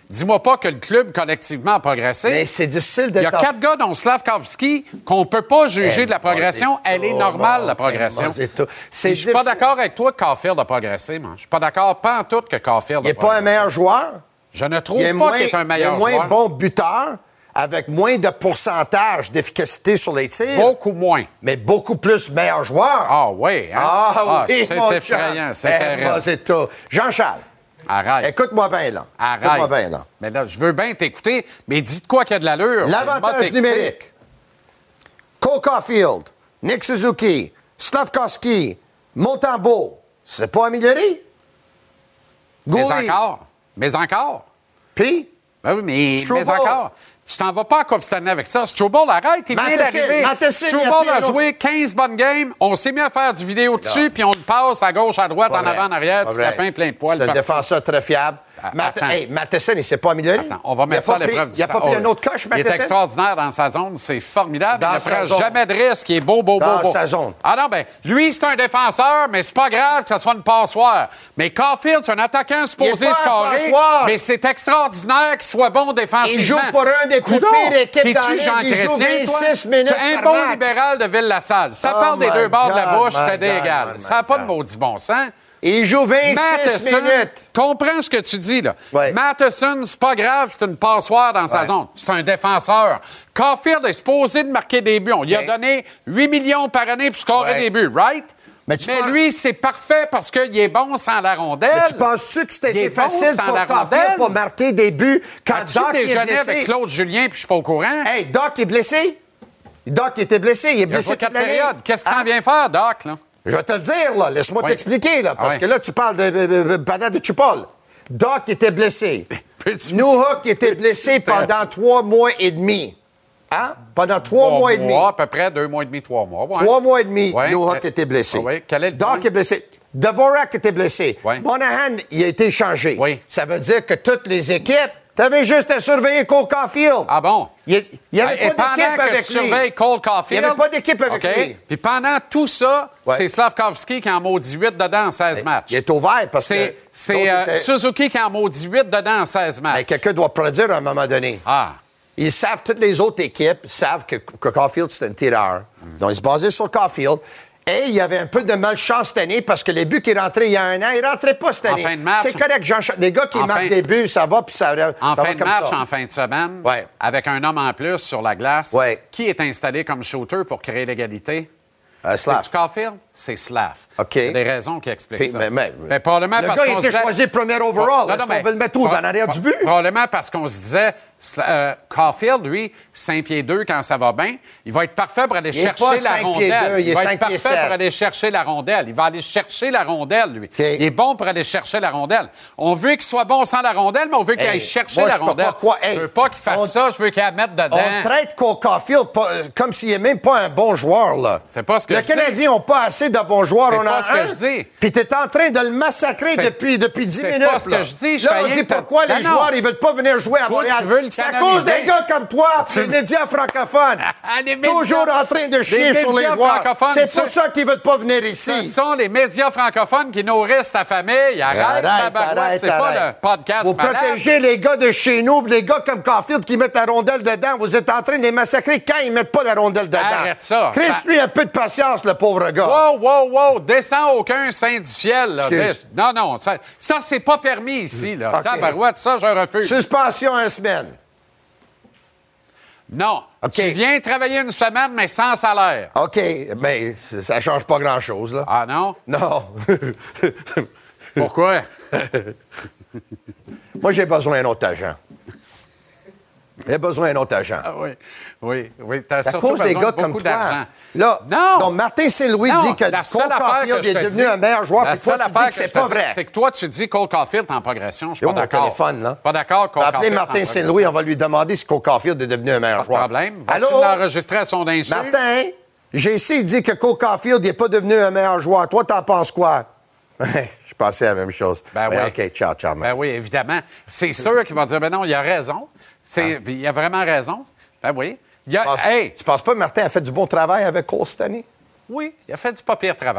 Dis-moi pas que le club, collectivement, a progressé. Mais c'est difficile de... Il y a 4 gars, dont Slavkovski, qu'on peut pas juger de la progression. Elle est normale, la progression. Je suis pas d'accord avec toi que Caulfield a progressé, moi. Je suis pas d'accord, pas en tout, que Caulfield a progressé. Il n'est pas un meilleur joueur. Je ne trouve pas qu'il est un meilleur joueur. Il est moins bon buteur, avec moins de pourcentage d'efficacité sur les tirs. Beaucoup moins. Mais beaucoup plus meilleur joueur. Ah oui, hein? Oui, c'est effrayant, c'est terrible. C'est tout. Jean-Charles. Arrête. Écoute-moi bien, là. Arrête. Écoute-moi bien, là. Mais là, je veux bien t'écouter, mais dis-de quoi qu'il y a de l'allure. L'avantage numérique. Cole Caulfield, Nick Suzuki, Slavkovski, Montembeault, c'est pas amélioré? Mais encore. Puis? Ben oui, mais encore. Tu t'en vas pas à Coupe Stanley avec ça. Struble, arrête, il vient d'arriver. Struble a joué 15 bonnes games. On s'est mis à faire du vidéo dessus, puis on le passe à gauche, à droite, en avant, en arrière, puis lapin plein de poils. C'est un défenseur très fiable. Matheson, il ne s'est pas amélioré. Attends, on va mettre ça à l'épreuve du temps. Il n'a pas pris une autre coche, Matheson? Il est extraordinaire dans sa zone. C'est formidable. Dans il ne prend zone. jamais de risque. Il est beau. Dans sa zone. Ah non, ben lui, c'est un défenseur, mais c'est pas grave que ce soit une passoire. Mais Caulfield, c'est un attaquant supposé scorer, mais c'est extraordinaire qu'il soit bon défensivement. Il joue pour un des plus pires équipes dans la Ligue. Il joue 26 minutes par match. Un bon libéral de Ville-la-Salle. Ça parle des deux bords de la bouche, c'est égal. Ça n'a pas de maudit bon sens. Il joue 26 minutes. Comprends ce que tu dis, là. Ouais. Matheson, c'est pas grave, c'est une passoire dans sa zone. C'est un défenseur. Caulfield est supposé de marquer des buts. On lui a donné 8 millions par année pour scorer des buts, right? Mais lui, c'est parfait parce qu'il est bon sans la rondelle. Mais tu penses-tu que c'était facile pour Caulfield pour marquer des buts quand Doc est blessé? Déjeuné avec Claude Julien puis je suis pas au courant. Hey, Doc est blessé? Doc était blessé. Il est blessé toute l'année. Qu'est-ce qu'il s'en vient faire, Doc, là? Je vais te le dire, là. Laisse-moi t'expliquer, là. Parce que là, tu parles de Padre de Chupol. Doc était blessé. Newhook était blessé pendant 3 mois et demi. Hein? Pendant 3 mois et demi. À peu près 2 mois et demi, 3 mois. 3 mois et demi, Newhook était blessé. Quel est le Doc est blessé. Dvorak était blessé. Monahan, il a été changé. Ça veut dire que toutes les équipes, t'avais juste à surveiller Cole Caulfield. Ah bon? Il n'y avait pas d'équipe avec lui. Tu surveilles Cole Caulfield. Il n'y avait pas d'équipe avec lui. Puis pendant tout ça, c'est Slavkovski qui en maudit 8 dedans en 16 matchs. Il est ouvert parce que... C'est Suzuki qui en maudit 8 dedans en 16 matchs. Mais quelqu'un doit produire à un moment donné. Ils savent, toutes les autres équipes savent que Caulfield, c'est un tireur. Donc, ils se basaient sur Caulfield. Et il y avait un peu de malchance cette année parce que les buts qui rentraient il y a un an, ils ne rentraient pas cette année. En fin de match. C'est correct, les gars qui marquent des buts, ça va, puis ça va en fin de match, ça. en fin de semaine, avec un homme en plus sur la glace, qui est installé comme shooter pour créer l'égalité? C'est Caulfield? C'est Slav. Il y a des raisons qui expliquent ça. Mais probablement le parce gars, il était choisi premier overall. Est-ce qu'on veut le mettre où? Dans l'arrière du but? Probablement parce qu'on se disait, Caulfield, lui, 5 pieds 2 quand ça va bien, il va être parfait pour aller chercher la rondelle. Il va être parfait pour aller chercher la rondelle. Il va aller chercher la rondelle, lui. Il est bon pour aller chercher la rondelle. On veut qu'il soit bon sans la rondelle, mais on veut qu'il aille chercher la rondelle. Je veux pas qu'il fasse ça, je veux qu'il la mette dedans. On traite Caulfield comme s'il n'est même pas un bon joueur, là. C'est pas ce que Les Canadiens n'ont pas assez de bons joueurs. C'est pas ce que je dis. Puis tu es en train de le massacrer depuis 10 minutes. C'est pas ce que je dis. Là, on dit pourquoi les joueurs ils veulent pas venir jouer à Montréal. C'est à cause des gars comme toi, les médias francophones. Toujours en train de chier sur les joueurs. C'est pour ça qu'ils veulent pas venir ici. Ce sont les médias francophones qui nourrissent ta famille. Arrête, c'est pas le podcast. Vous protégez les gars de chez nous, les gars comme Caulfield qui mettent la rondelle dedans. Vous êtes en train de les massacrer quand ils mettent pas la rondelle dedans. Arrête ça. Chris-lui un peu de patience, le pauvre gars. Wow. Descends aucun saint du ciel. Là. Non. Ça c'est pas permis ici. Là. Tabarouette, ça, je refuse. Suspension 1 semaine. Non. Tu viens travailler une semaine, mais sans salaire. OK, mais ça change pas grand-chose, là. Ah non? Non. Pourquoi? Moi, j'ai besoin d'un autre agent. J'ai besoin d'un autre agent. Ah oui. T'as à cause des gars comme toi. Là, non. Martin Saint-Louis dit que Cole Caulfield est devenu un meilleur joueur, puis toi, tu dis que c'est pas vrai. C'est que toi, tu dis Cole Caulfield en progression. Je suis pas d'accord. Téléphone, là. Pas d'accord, Cole Caulfield. Appelez Martin Saint-Louis, on va lui demander si Cole Caulfield est devenu un meilleur joueur. Pas de problème. Allô? Vas-tu l'enregistrer à son insu? Martin, JC dit que Cole Caulfield n'est pas devenu un meilleur joueur. Toi, t'en penses quoi? Je pensais à la même chose. Ben oui. OK, ciao, Ben oui, évidemment. C'est sûr qu'il va dire, ben non, il a raison. Il a vraiment raison. Ben oui. Tu penses pas que Martin a fait du bon travail avec Cole cette année? Oui, il a fait du pas pire travail.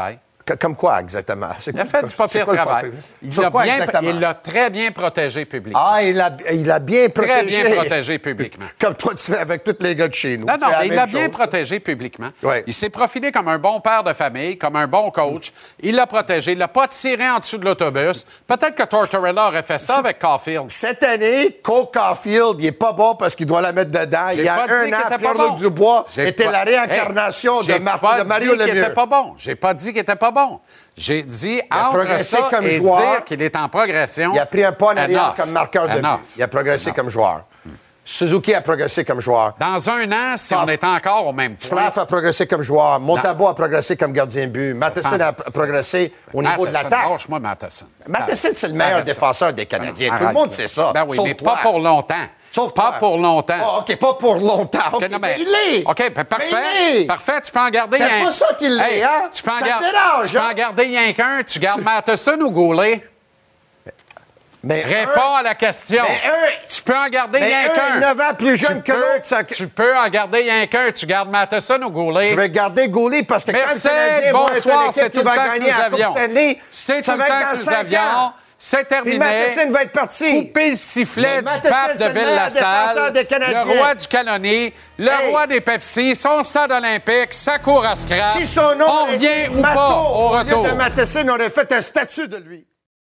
Comme quoi, exactement? Il a fait du pas pire travail. Il l'a très bien protégé publiquement. Ah, il a bien protégé. Très bien protégé publiquement. Comme toi, tu fais avec tous les gars de chez nous. Non, mais il l'a bien protégé publiquement. Ouais. Il s'est profilé comme un bon père de famille, comme un bon coach. Il l'a protégé. Il l'a pas tiré en dessous de l'autobus. Peut-être que Tortorella aurait fait ça avec Caulfield. Cette année, Cole Caulfield, il est pas bon parce qu'il doit la mettre dedans. Il y a un an, Pierre-Luc Dubois était la réincarnation de Mario Lemieux. J'ai pas dit qu'il était pas bon. J'ai dit, entre ça comme et joueur, dire qu'il est en progression. Il a pris un pas en arrière comme marqueur de but. Il a progressé comme joueur. Suzuki a progressé comme joueur. Dans un an, si on est encore au même point... Slav a progressé comme joueur. Montembeault a progressé comme gardien de but. Matheson a progressé au niveau de l'attaque. Lâche-moi Matheson. Matheson, c'est le meilleur défenseur des Canadiens. Tout le monde sait ça. Ben oui, mais pas pour longtemps. Sauf pas pour longtemps. Oh, OK, pas pour longtemps. Okay, non, mais il l'est. OK, parfait. Parfait, tu peux en garder C'est pas ça qu'il l'est, hein? Tu peux ça te dérange, tu peux en garder rien qu'un. Tu gardes Matheson ou Goulet? Réponds à la question. Tu peux en garder rien qu'un. 9 ans plus jeune que l'autre. Tu peux en garder rien qu'un. Tu gardes Matheson ou Goulet? Je vais garder Goulet parce que merci, quand le Canadien bonsoir, c'est tout le temps que nous avions. C'est tout le temps que nous avions. C'est terminé. Matheson va être parti. Couper le sifflet du pape de Ville-la-Salle, le roi du canonnier, le roi des Pepsi, son stade olympique, sa cour à scrap. Si son nom on revient ou pas au retour. Au lieu de Matheson, on aurait fait un statut de lui.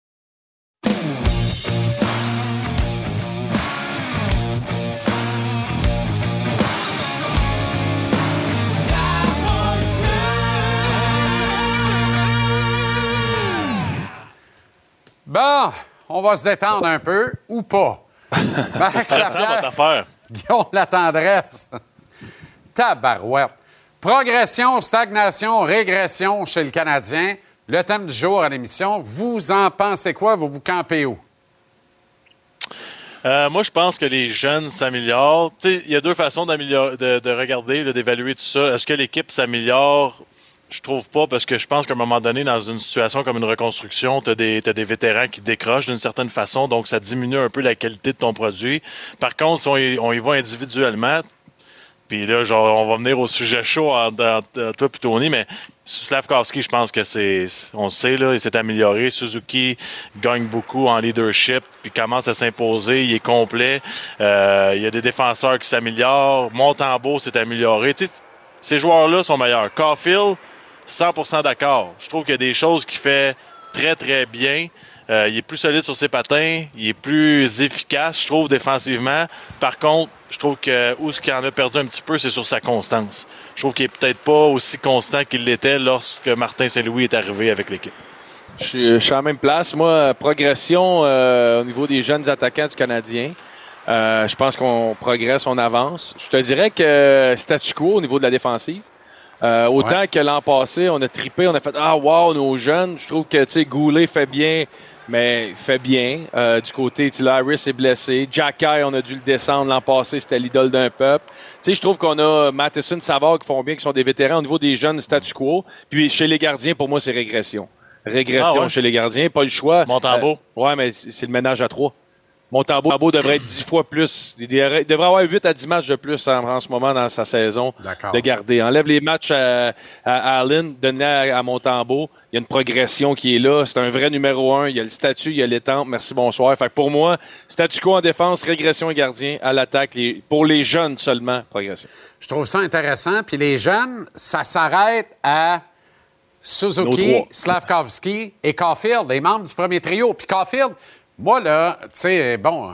Bon, on va se détendre un peu, ou pas. C'est stressant, votre affaire. Guillaume la tendresse. Tabarouette. Progression, stagnation, régression chez le Canadien. Le thème du jour à l'émission. Vous en pensez quoi? Vous campez où? Moi, je pense que les jeunes s'améliorent. Il y a deux façons de regarder, d'évaluer tout ça. Est-ce que l'équipe s'améliore? Je trouve pas, parce que je pense qu'à un moment donné, dans une situation comme une reconstruction, t'as des vétérans qui décrochent d'une certaine façon, donc ça diminue un peu la qualité de ton produit. Par contre, si on y va individuellement, puis là, on va venir au sujet chaud entre toi et Tony, mais Slavkovski, je pense que on le sait, là, il s'est amélioré. Suzuki gagne beaucoup en leadership, puis commence à s'imposer, il est complet. Il y a des défenseurs qui s'améliorent. Montembeault s'est amélioré. T'sais, ces joueurs-là sont meilleurs. Caulfield, 100% d'accord. Je trouve qu'il y a des choses qu'il fait très, très bien. Il est plus solide sur ses patins. Il est plus efficace, je trouve, défensivement. Par contre, je trouve que où ce qu'il en a perdu un petit peu, c'est sur sa constance. Je trouve qu'il est peut-être pas aussi constant qu'il l'était lorsque Martin Saint-Louis est arrivé avec l'équipe. Je suis à la même place. Moi, progression au niveau des jeunes attaquants du Canadien. Je pense qu'on progresse, on avance. Je te dirais que statu quo au niveau de la défensive. Autant que l'an passé, on a trippé, on a fait « Ah, wow, nos jeunes! » Je trouve que, tu sais, Goulet fait bien, mais fait bien. Du côté, Harris est blessé. Jacky, on a dû le descendre l'an passé, c'était l'idole d'un peuple. Tu sais, je trouve qu'on a Matheson, Savard qui font bien, qui sont des vétérans au niveau des jeunes statu quo. Puis chez les gardiens, pour moi, c'est régression. Chez les gardiens, pas le choix. Montembeault. Ouais, mais c'est le ménage à 3. Montembeault devrait être 10 fois plus. Il devrait avoir 8 à 10 matchs de plus en ce moment dans sa saison de garder. Enlève les matchs à Allen, donne à Montembeault. Il y a une progression qui est là. C'est un vrai numéro 1. Il y a le statut, il y a l'étampe. Merci, bonsoir. Fait que pour moi, statu quo en défense, régression et gardien. À l'attaque, pour les jeunes seulement, progression. Je trouve ça intéressant. Puis les jeunes, ça s'arrête à Suzuki, Slavkovski et Caulfield, les membres du premier trio. Puis Caulfield... Moi, là, tu sais, bon,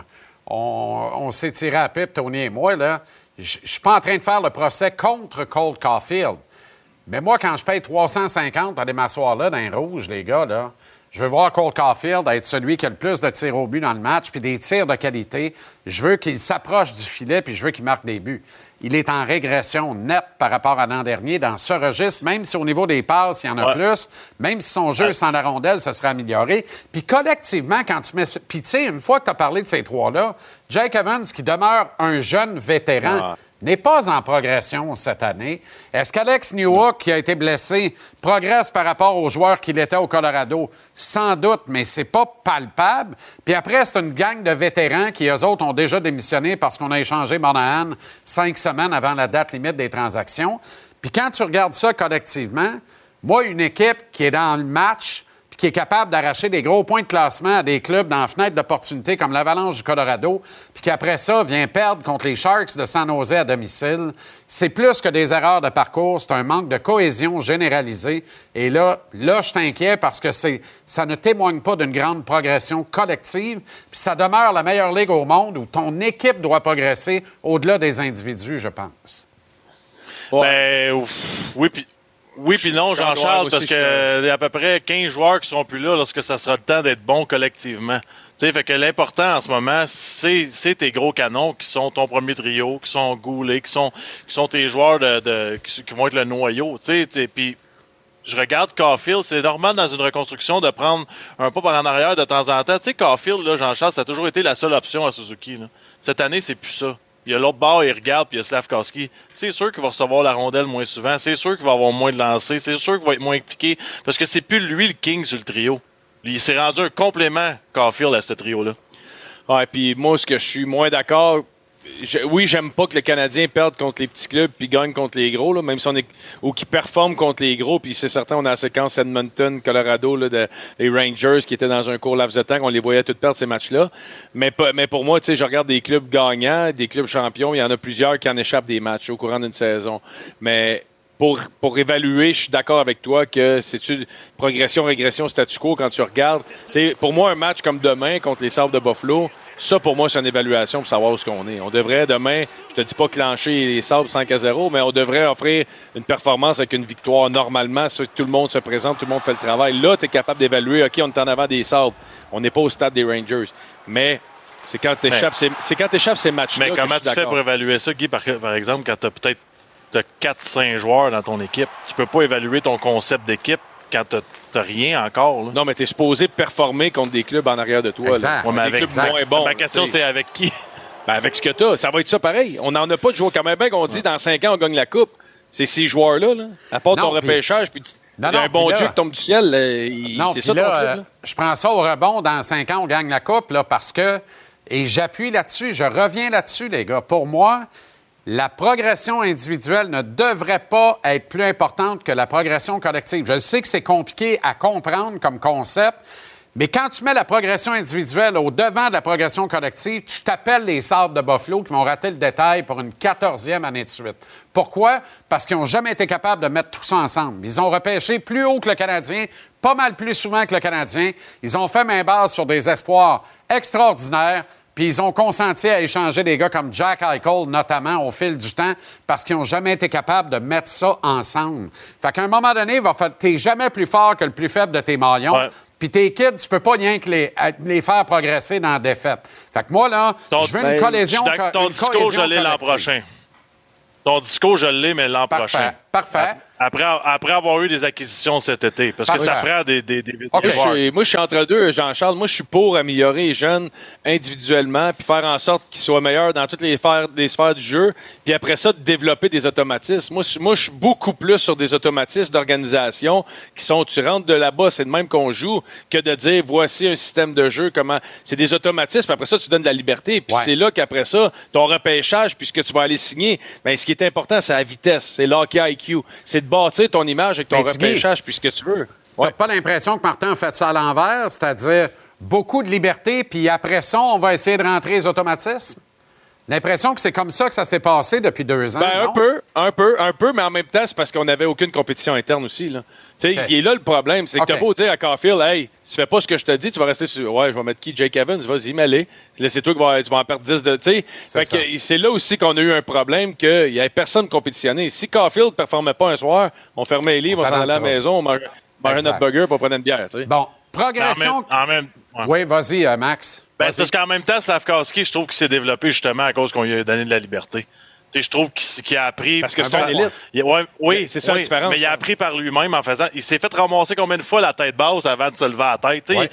on s'est tiré à pipe, Tony et moi, là. Je suis pas en train de faire le procès contre Cole Caulfield. Mais moi, quand je paye 350 pour aller m'asseoir là, dans les rouges, les gars, là, je veux voir Cole Caulfield être celui qui a le plus de tirs au but dans le match, puis des tirs de qualité. Je veux qu'il s'approche du filet, puis je veux qu'il marque des buts. Il est en régression nette par rapport à l'an dernier dans ce registre, même si au niveau des passes, il y en a plus, même si son jeu sans la rondelle se serait amélioré. Puis collectivement, quand tu mets... Puis tu sais, une fois que tu as parlé de ces trois-là, Jake Evans, qui demeure un jeune vétéran, n'est pas en progression cette année. Est-ce qu'Alex Newhook, qui a été blessé, progresse par rapport aux joueurs qu'il était au Colorado? Sans doute, mais c'est pas palpable. Puis après, c'est une gang de vétérans qui, eux autres, ont déjà démissionné parce qu'on a échangé Monahan 5 semaines avant la date limite des transactions. Puis quand tu regardes ça collectivement, Moi, une équipe qui est dans le match puis qui est capable d'arracher des gros points de classement à des clubs dans la fenêtre d'opportunité comme l'Avalanche du Colorado, puis qui après ça vient perdre contre les Sharks de San Jose à domicile, c'est plus que des erreurs de parcours, c'est un manque de cohésion généralisée. Et là, je t'inquiète parce que ça ne témoigne pas d'une grande progression collective, puis ça demeure la meilleure ligue au monde où ton équipe doit progresser au-delà des individus, je pense. Ouais. Ben, oui, puis non, Jean-Charles, parce qu'il y a à peu près 15 joueurs qui seront plus là lorsque ça sera le temps d'être bons collectivement. Tu sais, fait que l'important en ce moment, c'est tes gros canons qui sont ton premier trio, qui sont Goulet, qui sont tes joueurs qui vont être le noyau. Tu sais, puis je regarde Caulfield, c'est normal dans une reconstruction de prendre un pas par en arrière de temps en temps. Tu sais, Caulfield, là, Jean-Charles, ça a toujours été la seule option à Suzuki. Là. Cette année, c'est plus ça. Il y a l'autre bord, il regarde, puis il y a Slafkowski. C'est sûr qu'il va recevoir la rondelle moins souvent. C'est sûr qu'il va avoir moins de lancers. C'est sûr qu'il va être moins impliqué. Parce que c'est plus lui le king sur le trio. Il s'est rendu un complément, Caulfield, à ce trio-là. Ouais, puis moi, ce que je suis moins d'accord... Oui, j'aime pas que les Canadiens perdent contre les petits clubs puis gagnent contre les gros, là, même si on est ou qu'ils performent contre les gros. Puis c'est certain, on a la séquence Edmonton, Colorado, là, les Rangers qui étaient dans un court laps de temps, qu'on les voyait toutes perdre ces matchs-là. Mais pour moi, tu sais, je regarde des clubs gagnants, des clubs champions. Il y en a plusieurs qui en échappent des matchs au courant d'une saison. Mais pour évaluer, je suis d'accord avec toi que c'est-tu progression, régression, statu quo quand tu regardes. Tu sais, pour moi, un match comme demain contre les Sabres de Buffalo, ça, pour moi, c'est une évaluation pour savoir où est-ce qu'on est. On devrait, demain, je te dis pas clencher les Sabres 5-0, mais on devrait offrir une performance avec une victoire normalement. Ça, tout le monde se présente, tout le monde fait le travail. Là, tu es capable d'évaluer, OK, on est en avant des Sabres. On n'est pas au stade des Rangers. Mais c'est quand tu échappes ces matchs-là. Mais comment tu fais pour évaluer ça, Guy, par exemple, quand tu as peut-être 4-5 joueurs dans ton équipe? Tu peux pas évaluer ton concept d'équipe quand t'as rien encore. Là. Non, mais t'es supposé performer contre des clubs en arrière de toi. Exact. Là. Ouais, mais avec des clubs moins bons. Ma question, c'est avec qui? Ben avec ce que t'as. Ça va être ça pareil. On n'en a pas de joueurs. Quand même bien qu'on dit dans 5 ans, on gagne la Coupe. C'est ces joueurs-là. Là. À part ton repêchage, puis il y a un bon Dieu qui tombe du ciel. C'est ça ton truc. Là. Je prends ça au rebond. Dans 5 ans, on gagne la Coupe là, parce que... Et j'appuie là-dessus. Je reviens là-dessus, les gars. Pour moi... La progression individuelle ne devrait pas être plus importante que la progression collective. Je sais que c'est compliqué à comprendre comme concept, mais quand tu mets la progression individuelle au devant de la progression collective, tu t'appelles les Sabres de Buffalo qui vont rater le détail pour une 14e année de suite. Pourquoi? Parce qu'ils n'ont jamais été capables de mettre tout ça ensemble. Ils ont repêché plus haut que le Canadien, pas mal plus souvent que le Canadien. Ils ont fait main basse sur des espoirs extraordinaires. Puis ils ont consenti à échanger des gars comme Jack Eichel, notamment, au fil du temps, parce qu'ils n'ont jamais été capables de mettre ça ensemble. Fait qu'à un moment donné, t'es jamais plus fort que le plus faible de tes maillons. Ouais. Puis tes kids, tu peux pas rien que les faire progresser dans la défaite. Fait que moi, là, je veux une cohésion. Ton discours, je l'ai l'an prochain. Ton discours, je l'ai, mais l'an prochain. Parfait. Après avoir eu des acquisitions cet été. Parce que ça prend des joueurs. Moi, je suis entre deux, Jean-Charles. Moi, je suis pour améliorer les jeunes individuellement puis faire en sorte qu'ils soient meilleurs dans toutes les sphères du jeu. Puis après ça, de développer des automatismes. Moi, je suis beaucoup plus sur des automatismes d'organisation qui sont, tu rentres de là-bas, c'est de même qu'on joue, que de dire, voici un système de jeu, comment... C'est des automatismes, puis après ça, tu donnes de la liberté. Puis c'est là qu'après ça, ton repêchage, puis ce que tu vas aller signer, bien, ce qui est important, c'est la vitesse, c'est l'hockey IQ. C'est de bâtir ton image avec ton repêchage, puis ce que tu veux. T'as pas l'impression que Martin a fait ça à l'envers, c'est-à-dire beaucoup de liberté, puis après ça, on va essayer de rentrer les automatismes? L'impression que c'est comme ça que ça s'est passé depuis 2 ans, ben, non? Un peu, mais en même temps, c'est parce qu'on n'avait aucune compétition interne aussi. Là. Okay. Il est là le problème, c'est que t'as beau dire à Caulfield, hey, si tu fais pas ce que je te dis, tu vas rester sur. Ouais, je vais mettre qui? Jake Evans, vas-y, m'aller. C'est toi qui tu vas en perdre 10 de. C'est là aussi qu'on a eu un problème qu'il n'y avait personne compétitionné. Si Caulfield ne performait pas un soir, on fermait les livres, on s'en allait à la maison, on mangeait notre burger pour prendre une bière. T'sais. Bon, progression. Oui, vas-y, Max. Ben, c'est parce qu'en même temps, Slafkowski, je trouve qu'il s'est développé justement à cause qu'on lui a donné de la liberté. T'sais, je trouve qu'il a appris. Parce que c'est un élite. Oui, c'est ça la différence. Mais il a appris par lui-même en faisant. Il s'est fait ramasser combien de fois la tête basse avant de se lever à la tête.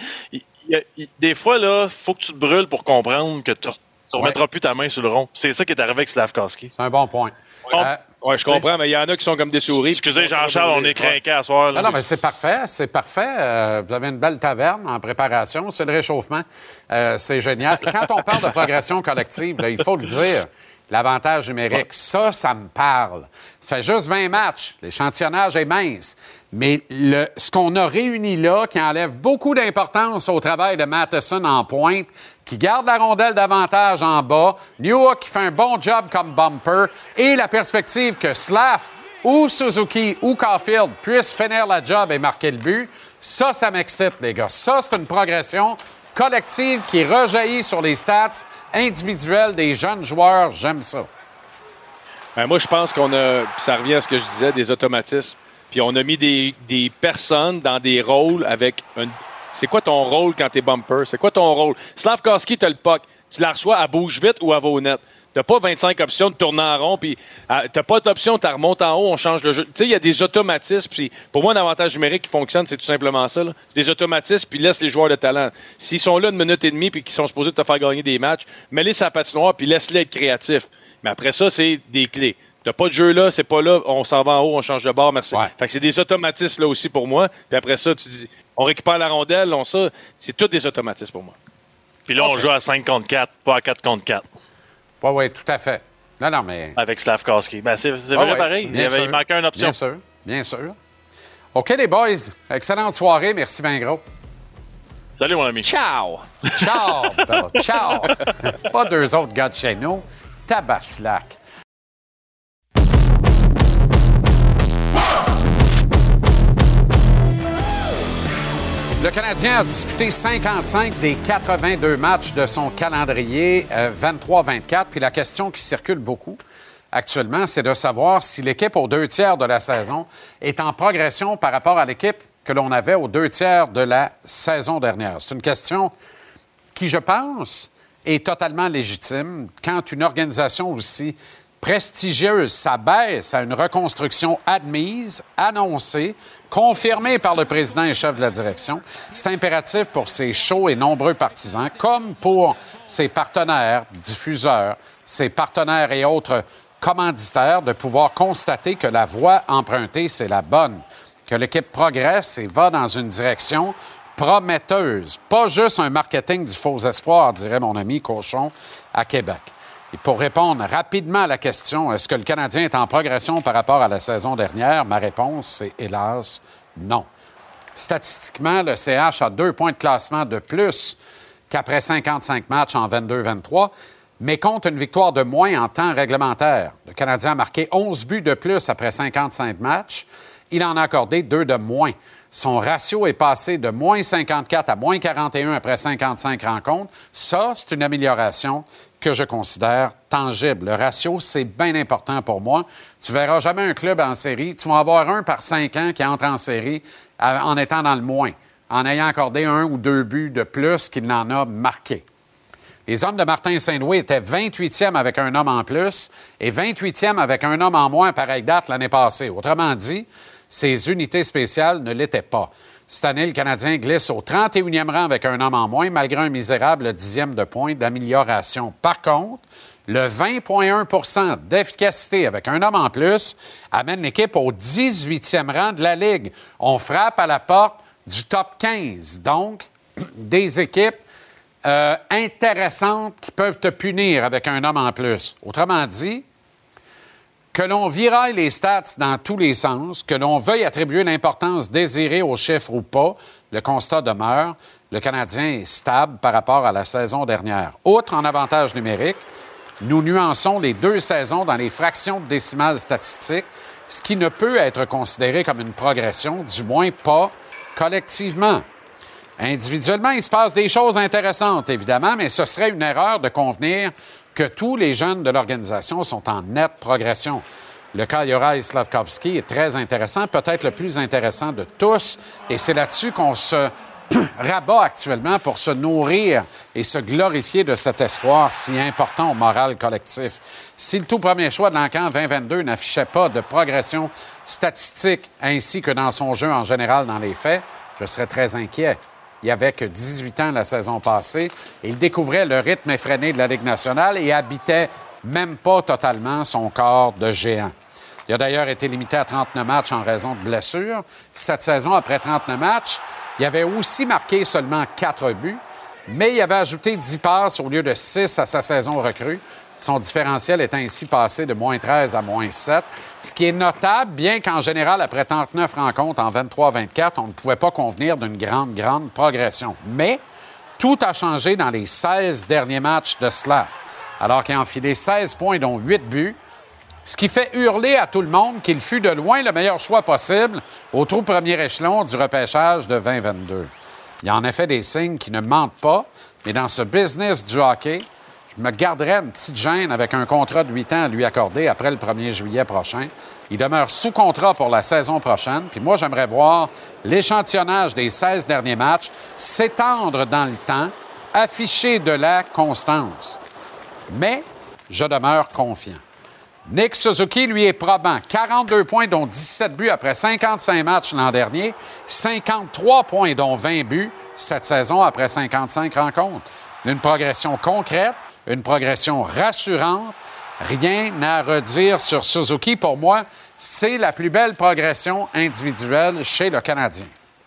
Des fois, là, il faut que tu te brûles pour comprendre que tu ne remettras plus ta main sur le rond. C'est ça qui est arrivé avec Slafkowski. C'est un bon point. Oui, je comprends, mais il y en a qui sont comme des souris. Excusez, Jean-Charles, on est craqués à soir. Là. Non, mais c'est parfait. Vous avez une belle taverne en préparation. C'est le réchauffement. C'est génial. Puis quand on parle de progression collective, là, il faut le dire, L'avantage numérique, ça me parle. Ça fait juste 20 matchs. L'échantillonnage est mince. Mais ce qu'on a réuni là, qui enlève beaucoup d'importance au travail de Matheson en pointe, qui garde la rondelle d'avantage en bas, Nua qui fait un bon job comme bumper, et la perspective que Slav ou Suzuki ou Caulfield puissent finir la job et marquer le but, ça m'excite, les gars. Ça, c'est une progression collective qui rejaillit sur les stats individuelles des jeunes joueurs. J'aime ça. Moi, je pense qu'on a, ça revient à ce que je disais, des automatismes. Puis on a mis des personnes dans des rôles avec C'est quoi ton rôle quand t'es bumper? C'est quoi ton rôle? Slavkovski, t'as le puck. Tu la reçois, elle bouge vite ou elle va au net. T'as pas 25 options de tourner en rond, puis t'as pas d'option, t'as remonte en haut, on change le jeu. Tu sais, il y a des automatismes. Puis pour moi, un avantage numérique qui fonctionne, c'est tout simplement ça. Là. C'est des automatismes, puis laisse les joueurs de talent. S'ils sont là 1 minute et demie, puis qu'ils sont supposés te faire gagner des matchs, mets-les sur la patinoire, puis laisse-les être créatifs. Mais après ça, c'est des clés. T'as pas de jeu là, c'est pas là, on s'en va en haut, on change de bord, merci. Ouais. Fait que c'est des automatismes là aussi pour moi. Puis après ça, tu dis, on récupère la rondelle, c'est tous des automatismes pour moi. Puis là, on joue à 5 contre 4, pas à 4 contre 4. Oui, tout à fait. Non, mais... Avec Slavkovski. Ben, c'est vrai pareil. Il manquait une option. Bien sûr. OK, les boys. Excellente soirée. Merci bien gros. Salut, mon ami. Ciao. Ciao. Pas 2 autres gars de chez nous. Tabaslac. Le Canadien a disputé 55 des 82 matchs de son calendrier 23-24. Puis la question qui circule beaucoup actuellement, c'est de savoir si l'équipe aux 2 tiers de la saison est en progression par rapport à l'équipe que l'on avait aux 2 tiers de la saison dernière. C'est une question qui, je pense, est totalement légitime quand une organisation aussi prestigieuse s'abaisse à une reconstruction admise, annoncée, confirmée par le président et chef de la direction. C'est impératif pour ses chauds et nombreux partisans, comme pour ses partenaires, diffuseurs, ses partenaires et autres commanditaires, de pouvoir constater que la voie empruntée, c'est la bonne, que l'équipe progresse et va dans une direction prometteuse. Pas juste un marketing du faux espoir, dirait mon ami Cochon à Québec. Et pour répondre rapidement à la question, est-ce que le Canadien est en progression par rapport à la saison dernière? Ma réponse, c'est hélas, non. Statistiquement, le CH a 2 points de classement de plus qu'après 55 matchs en 22-23, mais compte une victoire de moins en temps réglementaire. Le Canadien a marqué 11 buts de plus après 55 matchs. Il en a accordé 2 de moins. Son ratio est passé de moins 54 à moins 41 après 55 rencontres. Ça, c'est une amélioration que je considère tangible. Le ratio, c'est bien important pour moi. Tu verras jamais un club en série. Tu vas en avoir un par 5 ans qui entre en série en étant dans le moins, en ayant accordé 1 ou 2 buts de plus qu'il n'en a marqué. Les hommes de Martin Saint-Louis étaient 28e avec un homme en plus et 28e avec un homme en moins à pareille date l'année passée. Autrement dit, ces unités spéciales ne l'étaient pas. Cette année, le Canadien glisse au 31e rang avec un homme en moins, malgré un misérable 10e de point d'amélioration. Par contre, le 20,1 % d'efficacité avec un homme en plus amène l'équipe au 18e rang de la Ligue. On frappe à la porte du top 15. Donc, des équipes intéressantes qui peuvent te punir avec un homme en plus. Autrement dit, que l'on viraille les stats dans tous les sens, que l'on veuille attribuer l'importance désirée aux chiffres ou pas, le constat demeure. Le Canadien est stable par rapport à la saison dernière. Outre en avantage numérique, nous nuançons les 2 saisons dans les fractions de décimales statistiques, ce qui ne peut être considéré comme une progression, du moins pas collectivement. Individuellement, il se passe des choses intéressantes, évidemment, mais ce serait une erreur de convenir que tous les jeunes de l'organisation sont en nette progression. Le cas Juraj Slavkovski est très intéressant, peut-être le plus intéressant de tous, et c'est là-dessus qu'on se rabat actuellement pour se nourrir et se glorifier de cet espoir si important au moral collectif. Si le tout premier choix de l'Encan 2022 n'affichait pas de progression statistique ainsi que dans son jeu en général dans les faits, je serais très inquiet. Il avait que 18 ans la saison passée. Il découvrait le rythme effréné de la Ligue nationale et habitait même pas totalement son corps de géant. Il a d'ailleurs été limité à 39 matchs en raison de blessures. Cette saison, après 39 matchs, il avait aussi marqué seulement 4 buts, mais il avait ajouté 10 passes au lieu de 6 à sa saison recrue. son différentiel est ainsi passé de moins 13 à moins 7, ce qui est notable, bien qu'en général, après 39 rencontres en 23-24, on ne pouvait pas convenir d'une grande progression. Mais tout a changé dans les 16 derniers matchs de Slav, alors qu'il a enfilé 16 points, dont 8 buts, ce qui fait hurler à tout le monde qu'il fut de loin le meilleur choix possible au tout premier échelon du repêchage de 2022. Il y a en effet des signes qui ne mentent pas, mais dans ce business du hockey, je me garderais une petite gêne avec un contrat de 8 ans à lui accorder après le 1er juillet prochain. Il demeure sous contrat pour la saison prochaine. Puis moi, j'aimerais voir l'échantillonnage des 16 derniers matchs s'étendre dans le temps, afficher de la constance. Mais je demeure confiant. Nick Suzuki, lui, est probant. 42 points, dont 17 buts après 55 matchs l'an dernier. 53 points, dont 20 buts cette saison après 55 rencontres. Une progression concrète, une progression rassurante. Rien à redire sur Suzuki. Pour moi, c'est la plus belle progression individuelle chez le Canadien.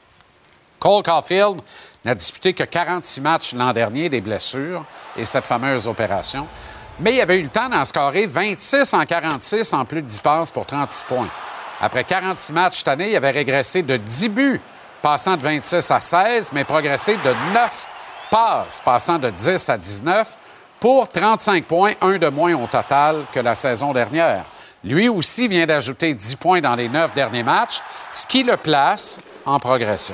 Cole Caulfield n'a disputé que 46 matchs l'an dernier, des blessures et cette fameuse opération. Mais il avait eu le temps d'en scorer 26 en 46 en plus de 10 passes pour 36 points. Après 46 matchs cette année, il avait régressé de 10 buts, passant de 26 à 16, mais progressé de 9 passes, passant de 10 à 19, pour 35 points, un de moins au total que la saison dernière. Lui aussi vient d'ajouter 10 points dans les 9 derniers matchs, ce qui le place en progression.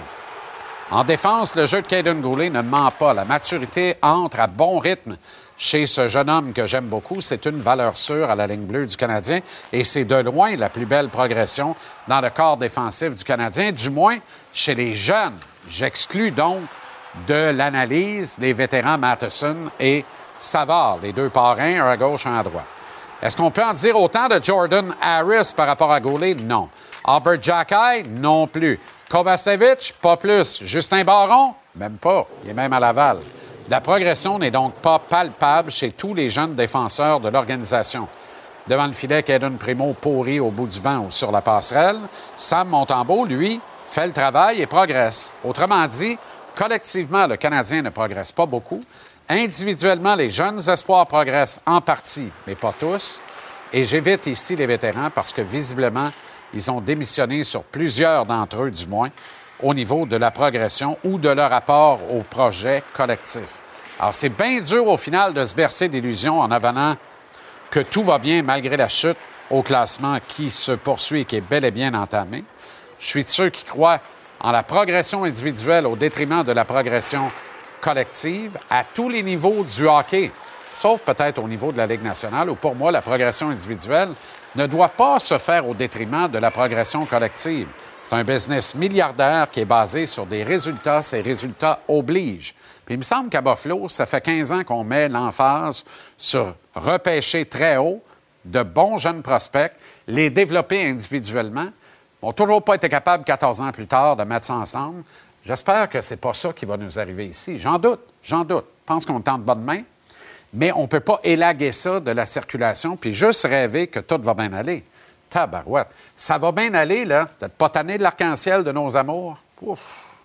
En défense, le jeu de Kaiden Guhle ne ment pas. La maturité entre à bon rythme chez ce jeune homme que j'aime beaucoup. C'est une valeur sûre à la ligne bleue du Canadien et c'est de loin la plus belle progression dans le corps défensif du Canadien, du moins chez les jeunes. J'exclus donc de l'analyse les vétérans Matheson et Savard, les deux parrains, un à gauche, un à droite. Est-ce qu'on peut en dire autant de Jordan Harris par rapport à Guhle? Non. Albert Xhekaj? Non plus. Kovacevic? Pas plus. Justin Barron? Même pas. Il est même à Laval. La progression n'est donc pas palpable chez tous les jeunes défenseurs de l'organisation. Devant le filet, Kaiden Primo pourri au bout du banc ou sur la passerelle. Sam Montembeault, lui, fait le travail et progresse. Autrement dit, collectivement, le Canadien ne progresse pas beaucoup. Individuellement, les jeunes espoirs progressent en partie, mais pas tous. Et j'évite ici les vétérans parce que, visiblement, ils ont démissionné sur plusieurs d'entre eux, du moins, au niveau de la progression ou de leur rapport au projet collectif. Alors, c'est bien dur, au final, de se bercer d'illusions en avanant que tout va bien malgré la chute au classement qui se poursuit et qui est bel et bien entamé. Je suis de ceux qui croient en la progression individuelle au détriment de la progression collective à tous les niveaux du hockey, sauf peut-être au niveau de la Ligue nationale, où pour moi, la progression individuelle ne doit pas se faire au détriment de la progression collective. C'est un business milliardaire qui est basé sur des résultats. Ces résultats obligent. Puis il me semble qu'à Buffalo, ça fait 15 ans qu'on met l'emphase sur repêcher très haut de bons jeunes prospects, les développer individuellement. On n'a toujours pas été capable, 14 ans plus tard, de mettre ça ensemble. J'espère que c'est pas ça qui va nous arriver ici. J'en doute. Je pense qu'on tente bonne main, mais on ne peut pas élaguer ça de la circulation puis juste rêver que tout va bien aller. Tabarouette. Ça va bien aller, là. Vous n'êtes pas tanné de l'arc-en-ciel de nos amours? Ouf.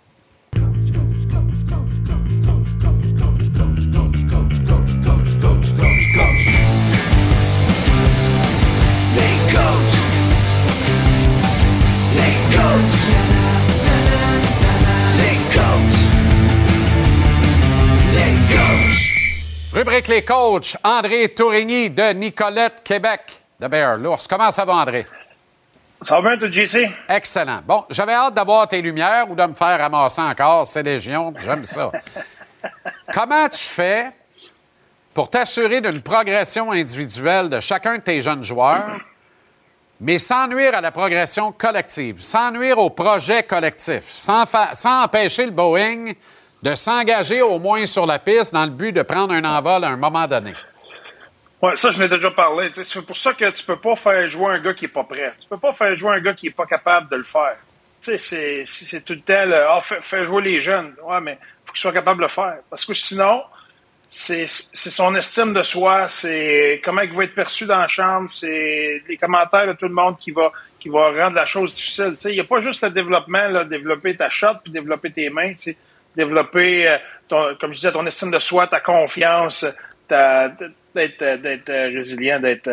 Rubrique Les Coachs, André Tourigny de Nicolette, Québec, de Bear l'Ours. Comment ça va, André? Ça va bien, tout, JC? Excellent. Bon, j'avais hâte d'avoir tes lumières ou de me faire ramasser encore. C'est légion, j'aime ça. Comment tu fais pour t'assurer d'une progression individuelle de chacun de tes jeunes joueurs, mais sans nuire à la progression collective, sans nuire au projet collectif, sans empêcher le Boeing de s'engager au moins sur la piste dans le but de prendre un envol à un moment donné? Oui, ça, je l'ai déjà parlé. C'est pour ça que tu peux pas faire jouer un gars qui est pas prêt. Tu peux pas faire jouer un gars qui est pas capable de le faire. C'est tout le temps fais jouer les jeunes. Ouais, mais faut qu'il soit capable de le faire. Parce que sinon, c'est son estime de soi, c'est comment il va être perçu dans la chambre, c'est les commentaires de tout le monde qui va rendre la chose difficile. Il n'y a pas juste le développement, là, développer ta shot puis développer tes mains, c'est développer, comme je disais, ton estime de soi, ta confiance, résilient, d'être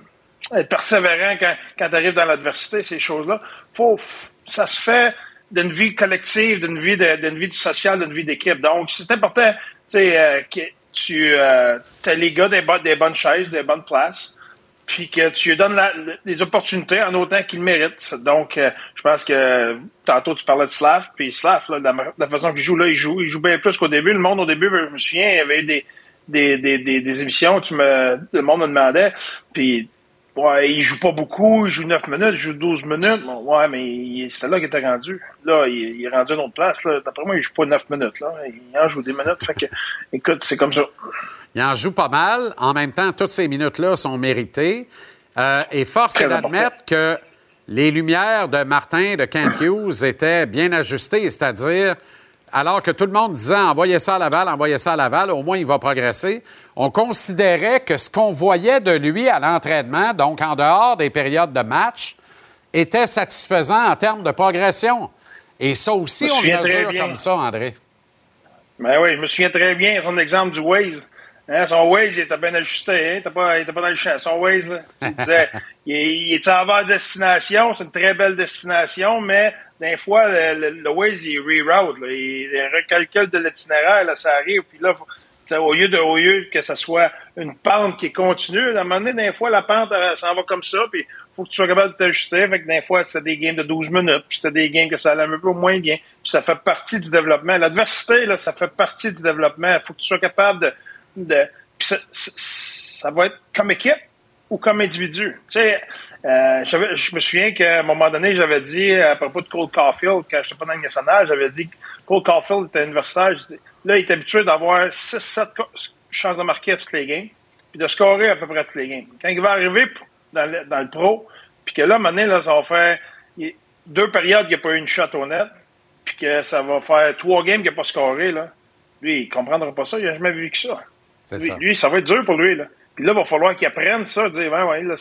persévérant quand tu arrives dans l'adversité, ces choses-là. Ça se fait d'une vie collective, d'une vie sociale, d'une vie d'équipe. Donc, c'est important, que tu as les gars des bonnes chaises, des bonnes places, puis que tu lui donnes les opportunités en autant qu'ils le méritent. Donc, je pense que tantôt, tu parlais de Slav, puis Slav, là, la façon qu'il joue, là, il joue bien plus qu'au début. Le monde, au début, je me souviens, il y avait eu des émissions, le monde me demandait, puis ouais, il joue pas beaucoup, il joue 9 minutes, il joue 12 minutes. Bon, ouais, mais c'était là qu'il était rendu. Là, il est rendu à une autre place. Là. D'après moi, il joue pas 9 minutes. Là. Il en joue des minutes. Fait que, écoute, c'est comme ça. Il en joue pas mal. En même temps, toutes ces minutes-là sont méritées. Et force est d'admettre que les lumières de Martin, de Kent Hughes, étaient bien ajustées. C'est-à-dire, alors que tout le monde disait « envoyez ça à Laval, au moins il va progresser », on considérait que ce qu'on voyait de lui à l'entraînement, donc en dehors des périodes de match, était satisfaisant en termes de progression. Et ça aussi, on le mesure comme ça, André. Ben oui, je me souviens très bien son exemple du Waze. Hein, son Waze, il était bien ajusté. Hein? Il était pas dans le champ. Son Waze, là, tu disais, il est en vers destination. C'est une très belle destination, mais des fois, le Waze, il reroute. Là, il recalcule de l'itinéraire. Là, ça arrive. Puis là, au lieu que ça soit une pente qui est continue, à un moment donné, des fois, la pente, elle s'en va comme ça. Puis faut que tu sois capable de t'ajuster. Fait que des fois, c'était des games de 12 minutes. Puis c'était des games que ça allait un peu moins bien. Puis ça fait partie du développement. L'adversité, là, ça fait partie du développement. Il faut que tu sois capable puis ça va être comme équipe ou comme individu. Tu sais, je me souviens qu'à un moment donné, j'avais dit à propos de Cole Caulfield, quand j'étais pas dans le national, j'avais dit que Cole Caulfield était universitaire. Là, il est habitué d'avoir 6-7 chances de marquer à toutes les games, puis de scorer à peu près à toutes les games. Quand il va arriver dans le pro, puis que là, à un moment donné, là, ça va faire 2 périodes qu'il n'y a pas eu une shot au net, puis que ça va faire 3 games qu'il n'a pas scoré, là. Lui, il comprendra pas ça, il n'a jamais vécu ça. Lui, ça va être dur pour lui, là. Puis là, il va falloir qu'il apprenne ça, dire, ouais, là,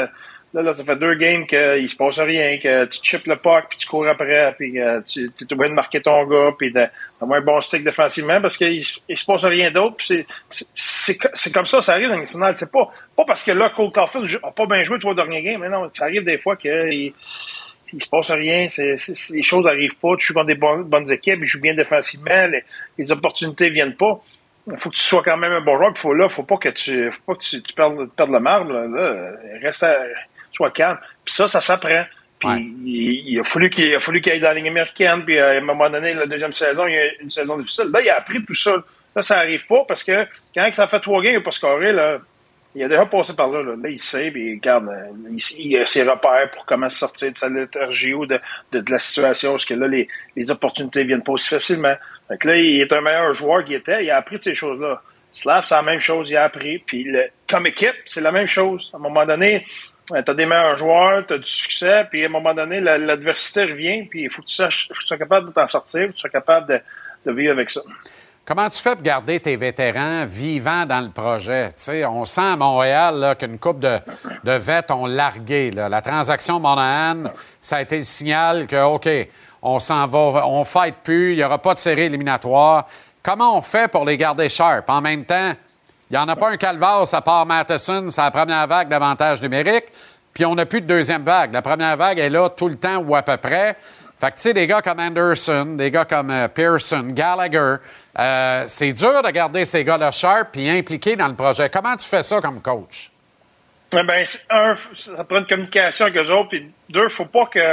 ça fait 2 games qu'il se passe rien, que tu chippes le puck, puis tu cours après, puis tu es obligé de marquer ton gars, puis d'avoir un bon stick défensivement, parce qu'il se passe rien d'autre, puis c'est comme ça arrive dans le national. C'est pas parce que là, Cole Caulfield n'a pas bien joué 3 derniers games, mais non, ça arrive des fois qu'il se passe rien, les choses n'arrivent pas, tu joues contre des bonnes équipes, ils jouent bien défensivement, les opportunités viennent pas. Il faut que tu sois quand même un bon joueur, puis faut pas que tu perdes le marbre, là, sois calme. Puis ça s'apprend. Puis il a fallu qu'il aille dans la Ligue américaine, puis à un moment donné, la deuxième saison, il y a une saison difficile. Là, il a appris tout ça. Là, ça arrive pas, parce que quand ça fait 3 games, il n'a pas scoré, là, il a déjà passé par là. Là, il sait, puis regarde, il a ses repères pour comment sortir de sa léthargie ou de la situation, parce que là, les opportunités viennent pas aussi facilement. Fait que là, il est un meilleur joueur qu'il était. Il a appris de ces choses-là. Slav, c'est la même chose. Il a appris. Puis, comme équipe, c'est la même chose. À un moment donné, t'as des meilleurs joueurs, t'as du succès. Puis, à un moment donné, l'adversité revient. Puis, il faut que tu sois capable de t'en sortir. Que tu sois capable de vivre avec ça. Comment tu fais pour garder tes vétérans vivants dans le projet? T'sais, on sent à Montréal là, qu'une couple de vets ont largué. Là. La transaction Monahan, ça a été le signal que, OK, on s'en va, on ne fight plus, il n'y aura pas de série éliminatoire. Comment on fait pour les garder sharp? En même temps, il n'y en a pas un calvaire à part Matheson, c'est la première vague d'avantage numérique, puis on n'a plus de deuxième vague. La première vague est là tout le temps ou à peu près. Fait que, tu sais, des gars comme Anderson, des gars comme Pearson, Gallagher, c'est dur de garder ces gars-là sharp et impliqués dans le projet. Comment tu fais ça comme coach? Eh bien, ça prend une communication avec eux autres, puis 2, il ne faut pas que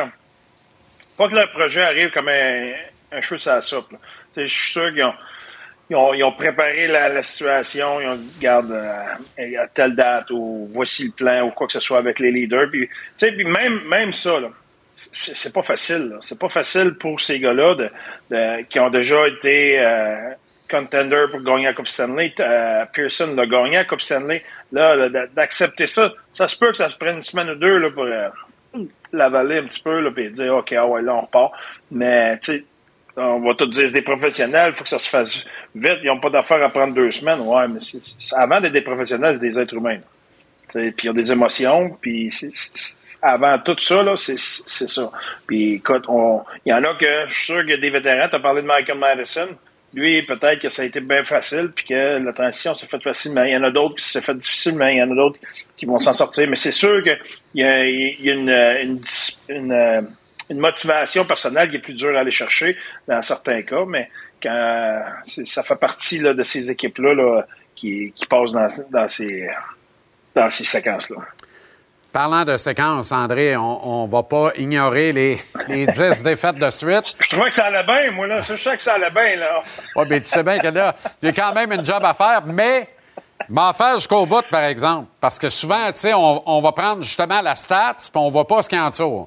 le projet arrive comme un cheveu sur la soupe. Je suis sûr qu'ils ont préparé la situation, ils ont regarde à telle date ou voici le plan ou quoi que ce soit avec les leaders. Puis même ça, là, c'est pas facile. Là. C'est pas facile pour ces gars-là qui ont déjà été contender pour gagner la Coupe Stanley. Pearson l'a gagné la Coupe Stanley. Là, d'accepter ça, ça se peut que ça se prenne une semaine ou 2 là, pour l'avaler un petit peu, là, puis dire, OK, là, on repart. Mais, tu sais, on va tout dire, c'est des professionnels, il faut que ça se fasse vite. Ils n'ont pas d'affaire à prendre 2 semaines. Ouais, mais avant d'être des professionnels, c'est des êtres humains. Puis ils ont des émotions, puis avant tout ça, là, c'est ça. Puis écoute, il y en a que, je suis sûr qu'il y a des vétérans, tu as parlé de Michael Madison, lui, peut-être que ça a été bien facile, puis que la transition s'est faite facilement. Il y en a d'autres qui s'est fait difficilement, il y en a d'autres qui vont s'en sortir. Mais c'est sûr qu'il y a une motivation personnelle qui est plus dure à aller chercher dans certains cas, mais quand ça fait partie là, de ces équipes-là là, qui passent dans ces séquences-là. Parlant de séquences, André, on va pas ignorer les 10 défaites de suite. Je trouvais que ça allait bien, moi, là. Je sais que ça allait bien, là. Oui, mais tu sais bien que là, il y a quand même une job à faire, mais m'en faire jusqu'au bout, par exemple. Parce que souvent, tu sais, on va prendre justement la stats, puis on voit pas ce qu'il y a en dessous.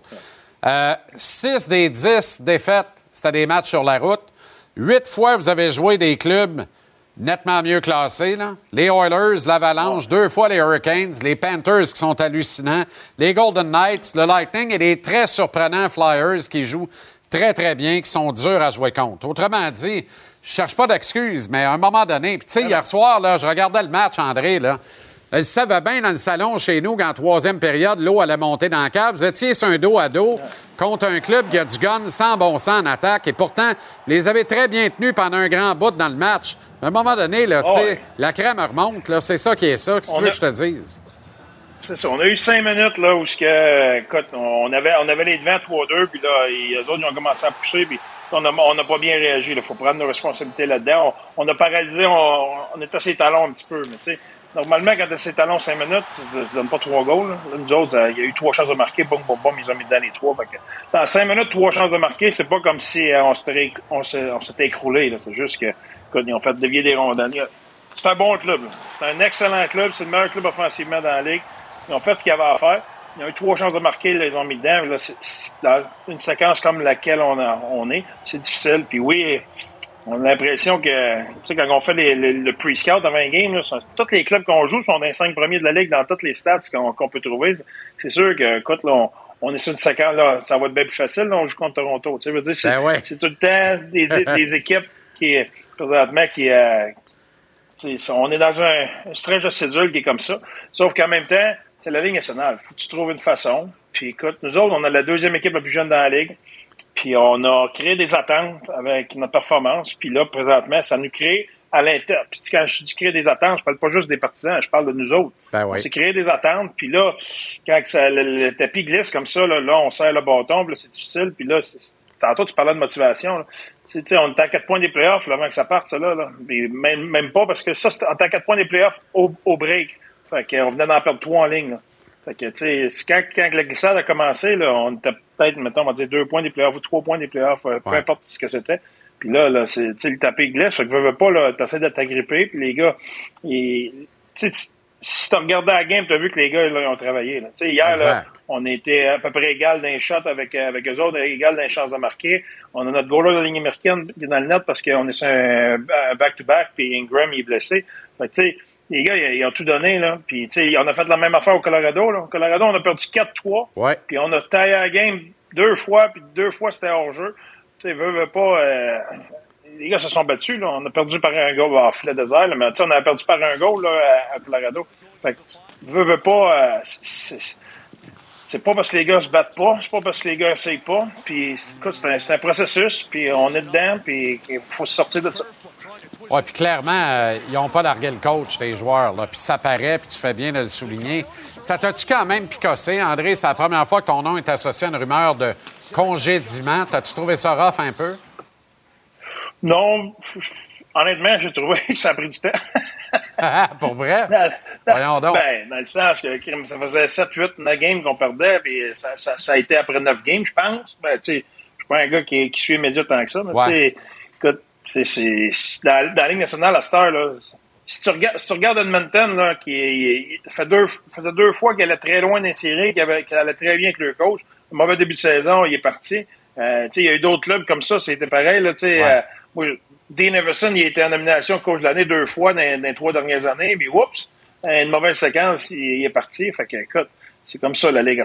6 des 10 défaites, c'était des matchs sur la route. 8 fois, vous avez joué des clubs nettement mieux classés, là. Les Oilers, l'Avalanche, 2 fois les Hurricanes, les Panthers qui sont hallucinants, les Golden Knights, le Lightning et les très surprenants Flyers qui jouent très, très bien, qui sont durs à jouer contre. Autrement dit, je cherche pas d'excuses, mais à un moment donné, puis tu sais, hier soir, là, je regardais le match, André, là. Ça va bien dans le salon chez nous qu'en troisième période, l'eau allait monter dans le cave. Vous étiez sur un dos à dos contre un club qui a du gun sans bon sens en attaque. Et pourtant, vous les avez très bien tenus pendant un grand bout dans le match. À un moment donné, là, tu sais, la crème remonte. Là, c'est ça qui est ça. Qu'est-ce que tu veux que je te dise? C'est ça. On a eu 5 minutes là, où écoute, on avait les devants 3-2, puis là, les autres ils ont commencé à pousser, puis on n'a pas bien réagi. Il faut prendre nos responsabilités là-dedans. On a paralysé, on était à ses talons un petit peu, mais tu sais. Normalement, quand tu as ses talons 5 minutes, tu ne donnes pas 3 goals. Là, nous autres, il y a eu 3 chances de marquer. Boum, boum, boum, ils ont mis dedans les 3. Fait que, en 5 minutes, 3 chances de marquer, c'est pas comme si on s'était écroulé. Là. C'est juste qu'ils ont fait dévier des rondelles. C'est un bon club. Là. C'est un excellent club. C'est le meilleur club offensivement dans la Ligue. Ils ont fait ce qu'il y avait à faire. Ils ont eu 3 chances de marquer. Là, ils ont mis dedans. Là, dans une séquence comme laquelle on est, c'est difficile. Puis oui... On a l'impression que, tu sais, quand on fait le pre-scout avant un game, là, tous les clubs qu'on joue sont dans les 5 premiers de la Ligue dans toutes les stats qu'on peut trouver. C'est sûr que, écoute, là, on est sur une séquence, là, ça va être bien plus facile, là, on joue contre Toronto. Tu sais, je veux dire, c'est tout le temps des équipes qui, présentement, on est dans un stretch de cédule qui est comme ça. Sauf qu'en même temps, c'est la Ligue nationale. Faut que tu trouves une façon. Puis, écoute, nous autres, on a la 2e équipe la plus jeune dans la Ligue. Puis on a créé des attentes avec notre performance. Puis là, présentement, ça nous crée à l'intérieur. Puis quand je dis créer des attentes, je parle pas juste des partisans, je parle de nous autres. Ben oui. On s'est créé des attentes. Puis là, quand le tapis glisse comme ça, là on serre le bâton. Puis là, c'est difficile. Puis là, tantôt, tu parlais de motivation. Tu sais, on est à 4 points des playoffs là, avant que ça parte, ça là. Mais même pas, parce que ça, on est à 4 points des playoffs au break. Fait qu'on venait d'en perdre 3 en ligne, là. Fait que, tu sais, quand la glissade a commencé, là, on était peut-être, mettons, on va dire 2 points des playoffs ou 3 points des playoffs, peu importe ce que c'était. Puis là, c'est, tu sais, le tapis glisse, fait que veux pas, là, t'essaies de t'agripper, puis les gars, tu sais, si t'as regardé la game, t'as vu que les gars, là, ils ont travaillé, là. Tu sais, hier, là, on était à peu près égal d'un shot avec eux autres, égal d'un chance de marquer. On a notre goaler de la ligne américaine qui est dans le net parce qu'on est sur un back-to-back, puis Ingram, il est blessé. Fait que, tu sais, les gars, ils ont tout donné, là. Puis, tu sais, on a fait la même affaire au Colorado, là. Au Colorado, on a perdu 4-3. Ouais. Puis, on a taillé la game 2 fois, puis 2 fois, c'était hors-jeu. Tu sais, veut pas... les gars se sont battus, là. On a perdu par un goal à filet désert, là. Mais, tu sais, on a perdu par un goal, là, à Colorado. Fait que, veut pas... c'est pas parce que les gars se battent pas, c'est pas parce que les gars essayent pas. Puis, écoute, c'est un processus, puis on est dedans, puis il faut sortir de ça. Oui, puis clairement, ils n'ont pas largué le coach, tes joueurs, là. Puis ça paraît, puis tu fais bien de le souligner. Ça t'a-tu quand même picossé, André? C'est la première fois que ton nom est associé à une rumeur de congédiement. T'as-tu trouvé ça rough un peu? Non. Honnêtement, j'ai trouvé que ça a pris du temps. Pour vrai? Voyons donc. Ben, dans le sens que ça faisait 7, 8, 9 games qu'on perdait, puis ça a été après 9 games, je pense. Ben, tu sais, je suis pas un gars qui suit les médias tant que ça, mais tu sais, écoute, c'est dans la Ligue nationale, à cette heure, là, si tu regardes Edmonton, là, qui faisait 2 fois qu'il allait très loin des séries, qu'il allait très bien avec le coach, un mauvais début de saison, il est parti. Tu sais, il y a eu d'autres clubs comme ça, c'était pareil, là, tu sais. Moi, Dean Everson, il a été en nomination coach de l'année 2 fois dans les 3 dernières années, puis oups, une mauvaise séquence, il est parti. Fait que, écoute, c'est comme ça, la Ligue.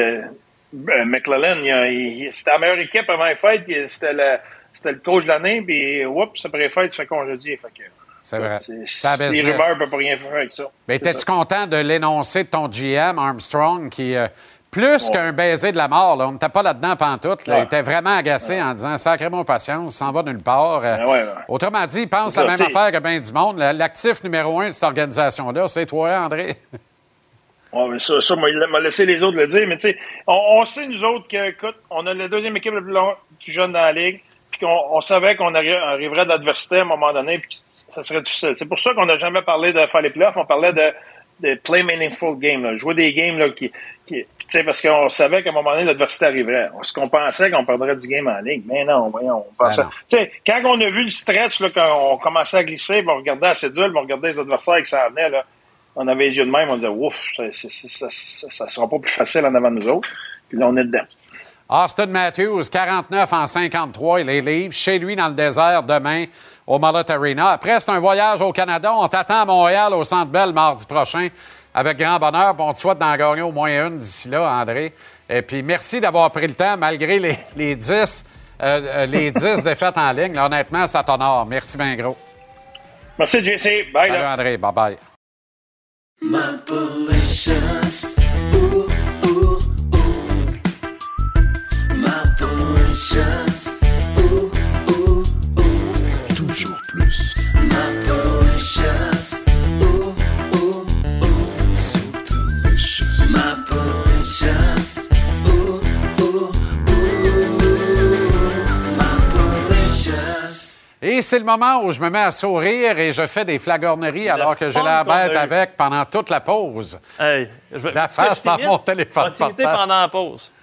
McLellan, c'était la meilleure équipe avant les fêtes, c'était le coach de l'année, puis oups, après les fêtes, il se fait congédier. Fait que, c'est vrai. Les rumeurs ne peuvent rien faire avec ça. Mais étais-tu content de l'énoncé de ton GM, Armstrong, qui Plus qu'un baiser de la mort, là. On n'était pas là-dedans pantoute. Là. Il était vraiment agacé en disant « Sacrez-moi patience, s'en va nulle part. Autrement dit, il pense la même affaire que bien du monde. L'actif numéro 1 de cette organisation-là, c'est toi, André. Ouais, mais ça m'a laissé les autres le dire. Mais tu sais, on sait, nous autres, que, écoute, on a la deuxième équipe la plus jeune dans la Ligue, puis qu'on savait qu'on arriverait de l'adversité à un moment donné, puis ça serait difficile. C'est pour ça qu'on n'a jamais parlé de faire les playoffs. On parlait de play meaningful game, là, jouer des games là, qui parce qu'on savait qu'à un moment donné, l'adversité arriverait. Ce qu'on pensait qu'on perdrait du game en ligue. Mais non, voyons, on pensait. Quand on a vu le stretch, là, quand on commençait à glisser, on regardait la cédule, on regardait les adversaires qui s'en venaient, là, on avait les yeux de même, on disait, ouf, ça sera pas plus facile en avant de nous autres. Puis là, on est dedans. Austin Matthews, 49 en 53, il les livre chez lui dans le désert demain au Mullet Arena. Après, c'est un voyage au Canada. On t'attend à Montréal au Centre Bell mardi prochain avec grand bonheur. Puis on te souhaite d'en gagner au moins une d'ici là, André. Et puis merci d'avoir pris le temps malgré les 10 défaites en ligne. Là, honnêtement, ça t'honore. Merci bien gros. Merci, JC. Bye. Salut, André. Bye-bye. Toujours plus. Et c'est le moment où je me mets à sourire et je fais des flagorneries alors que j'ai la bête avec pendant toute la pause. Hey, la face dans mon téléphone. Activité pendant la pause.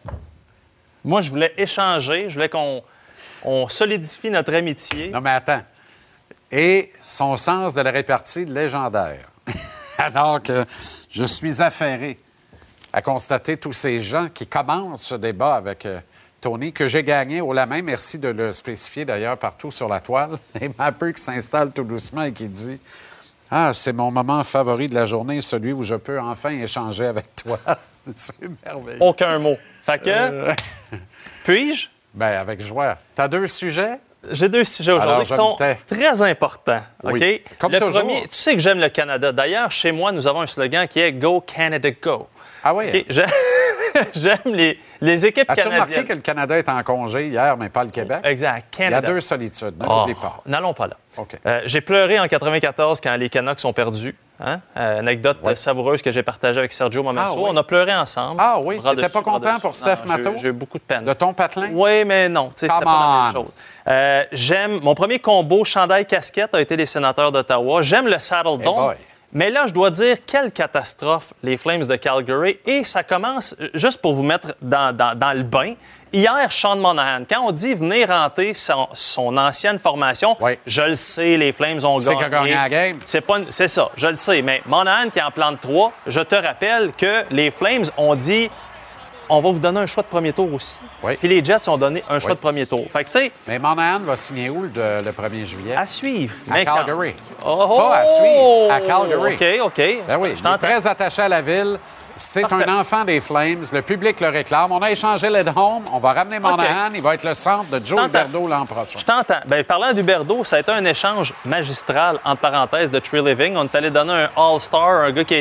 Moi, je voulais échanger. Je voulais qu'on solidifie notre amitié. Non, mais attends. Et son sens de la répartie légendaire. Alors que je suis affairé à constater tous ces gens qui commencent ce débat avec Tony, que j'ai gagné haut la main. Merci de le spécifier d'ailleurs partout sur la toile. Et Mapper qui s'installe tout doucement et qui dit « Ah, c'est mon moment favori de la journée, celui où je peux enfin échanger avec toi. » C'est merveilleux. Aucun mot. Fait que, puis-je? Bien, avec joie. Tu as 2 sujets? J'ai 2 sujets aujourd'hui qui sont très importants. Oui. OK? Comme le toujours. premier, tu sais que j'aime le Canada. D'ailleurs, chez moi, nous avons un slogan qui est « Go Canada, go ». Ah oui? Okay? J'aime les équipes As-tu canadiennes. remarqué que le Canada est en congé hier, mais pas le Québec? Exact. Il Canada. y a 2 solitudes, n'oublie pas. N'allons pas là. OK. J'ai pleuré en 94 quand les Canucks sont perdus. Hein? Anecdote savoureuse que j'ai partagée avec Sergio Momesso. Ah, oui. On a pleuré ensemble. Ah oui? Tu n'étais pas content pour Steph Matteau? J'ai eu beaucoup de peine. De ton patelin? Oui, mais non. C'était pas la même chose. J'aime... Mon premier combo chandail-casquette a été les Sénateurs d'Ottawa. J'aime le Saddle Dome. Mais là, je dois dire, quelle catastrophe, les Flames de Calgary. Et ça commence, juste pour vous mettre dans le bain, hier, Sean Monahan, quand on dit venir hanter son ancienne formation, je le sais, les Flames ont gagné. C'est qu'il a gagné la game. C'est ça, je le sais. Mais Monahan qui en plante 3, je te rappelle que les Flames ont dit... On va vous donner un choix de premier tour aussi. Oui. Puis les Jets ont donné un choix de premier tour. Fait que, tu sais... Mais Monahan va signer où le 1er juillet? À suivre. À Calgary. Pas à suivre, à Calgary. OK. Ben oui, il est très attaché à la ville. C'est un enfant des Flames. Le public le réclame. On a échangé l'Edhome. On va ramener Monahan. Il va être le centre de Joe Huberdeau l'an prochain. Je t'entends. Bien, parlant d'Huberdeau, ça a été un échange magistral, entre parenthèses, de Tree Living. On est allé donner un All-Star, un gars qui a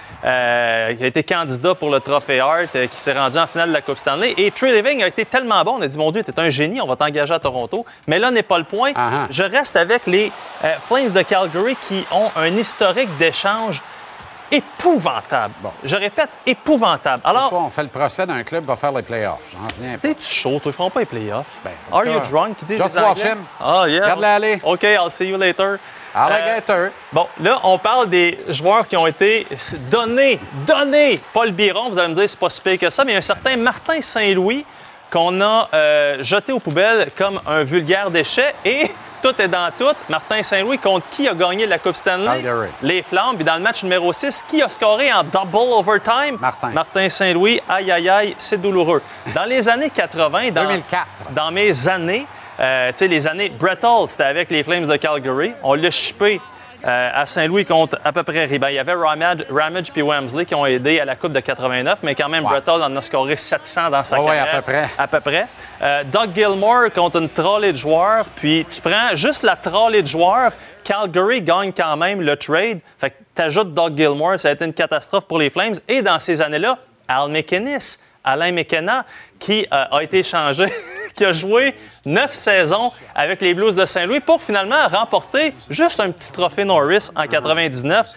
été candidat pour le Trophée Hart, qui s'est rendu en finale de la Coupe Stanley. Et Tree Living a été tellement bon, on a dit, mon Dieu, t'es un génie, on va t'engager à Toronto. Mais là n'est pas le point. Je reste avec les Flames de Calgary qui ont un historique d'échange épouvantable. Bon. Je répète, épouvantable. Alors, on fait le procès d'un club qui va faire les playoffs. J'en reviens pas. T'es-tu chaud? Ils ne feront pas les playoffs. Are you drunk? Just watch him. Oh, yeah. Regarde-la aller. OK, I'll see you later. Alligator. Bon, là, on parle des joueurs qui ont été donnés. Paul Biron, vous allez me dire, c'est pas si pire que ça, mais il y a un certain Martin Saint-Louis qu'on a jeté aux poubelles comme un vulgaire déchet et... Tout est dans tout. Martin Saint-Louis contre qui a gagné la Coupe Stanley? Calgary. Les Flammes. Puis dans le match numéro 6, qui a scoré en double overtime? Martin Saint-Louis. Aïe, aïe, aïe, c'est douloureux. Dans les années 80... 2004. Dans mes années, tu sais, les années... Brett Hull, c'était avec les Flames de Calgary. On l'a chippé à Saint-Louis contre à peu près Riban. Il y avait Ramage puis Wemsley qui ont aidé à la Coupe de 89, mais quand même, Brett Hull en a scoré 700 dans sa carrière. Oui, à peu près. À peu près. Doug Gilmour contre une trolley de joueurs, puis tu prends juste la trolley de joueurs, Calgary gagne quand même le trade. Fait que t'ajoutes Doug Gilmour, ça a été une catastrophe pour les Flames. Et dans ces années-là, Al McInnis, Alain McKenna, qui a été échangé, qui a joué 9 saisons avec les Blues de Saint-Louis pour finalement remporter juste un petit trophée Norris en 99.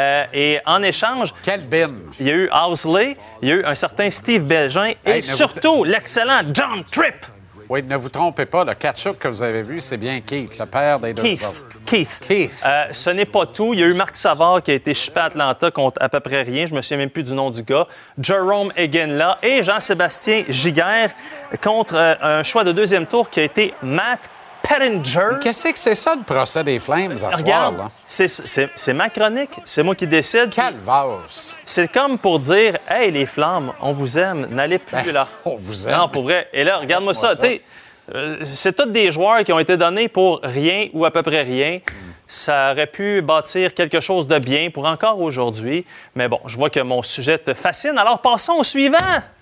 Et en échange, il y a eu Housley, il y a eu un certain Steve Bégin et surtout l'excellent John Tripp. Oui, ne vous trompez pas, le catch-up que vous avez vu, c'est bien Keith, le père des deux autres. Keith. Ce n'est pas tout. Il y a eu Marc Savard qui a été shippé à Atlanta contre à peu près rien. Je me souviens même plus du nom du gars. Jerome Egenla et Jean-Sébastien Giguère contre un choix de deuxième tour qui a été Matt Pettinger. Qu'est-ce que c'est ça, le procès des Flames, à ce soir, là? C'est ma chronique. C'est moi qui décide. Calvados. C'est comme pour dire, « Hey, les Flammes, on vous aime. N'allez plus là. » On vous aime. Non, pour vrai. Et là, regarde-moi ça. Tu sais, c'est tous des joueurs qui ont été donnés pour rien ou à peu près rien. Ça aurait pu bâtir quelque chose de bien pour encore aujourd'hui. Mais bon, je vois que mon sujet te fascine. Alors, passons au suivant.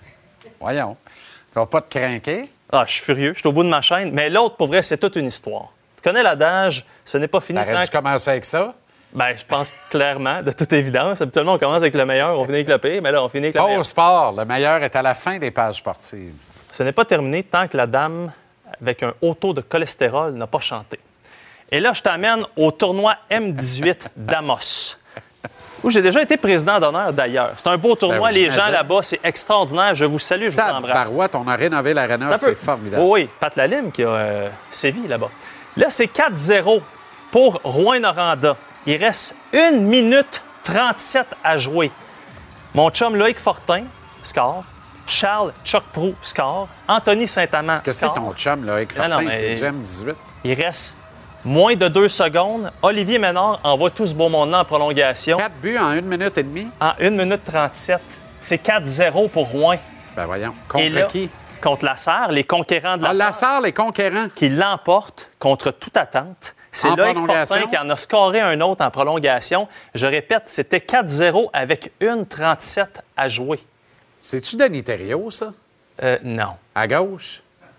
Voyons. Tu vas pas te craquer? Ah, je suis furieux. Je suis au bout de ma chaîne. Mais l'autre, pour vrai, c'est toute une histoire. Tu connais l'adage, ce n'est pas fini. T'aurais dû commencer avec ça? Bien, je pense clairement, de toute évidence. Habituellement, on commence avec le meilleur, on finit avec le pire. Mais là, on finit avec le meilleur. Au sport, le meilleur est à la fin des pages sportives. Ce n'est pas terminé tant que la dame avec un haut taux de cholestérol n'a pas chanté. Et là, je t'amène au tournoi M18 d'Amos, où j'ai déjà été président d'honneur d'ailleurs. C'est un beau tournoi, les gens là-bas, c'est extraordinaire. Je vous salue, je vous embrasse. Barouette, on a rénové l'aréna, c'est formidable. Oui, Pat Lalime qui a sévi là-bas. Là, c'est 4-0 pour Rouyn-Noranda. Il reste 1 minute 37 à jouer. Mon chum Loïc Fortin score. Charles Chuck-Proulx score. Anthony Saint-Amand score. Qu'est-ce que c'est ton chum, Loïc Fortin? C'est du M18. Il reste moins de 2 secondes. Olivier Ménard envoie tout ce beau monde-là en prolongation. 4 buts en 1 minute et demie? En 1 minute 37. C'est 4-0 pour Rouyn. Ben voyons. Contre qui? Contre la Sarre, les conquérants de la Sarre. La Sarre, les conquérants. Qui l'emportent contre toute attente. C'est Loïc Fortin qui en a scoré un autre en prolongation. Je répète, c'était 4-0 avec 1:37 à jouer. C'est-tu Denis Thériault, ça? Non. À gauche?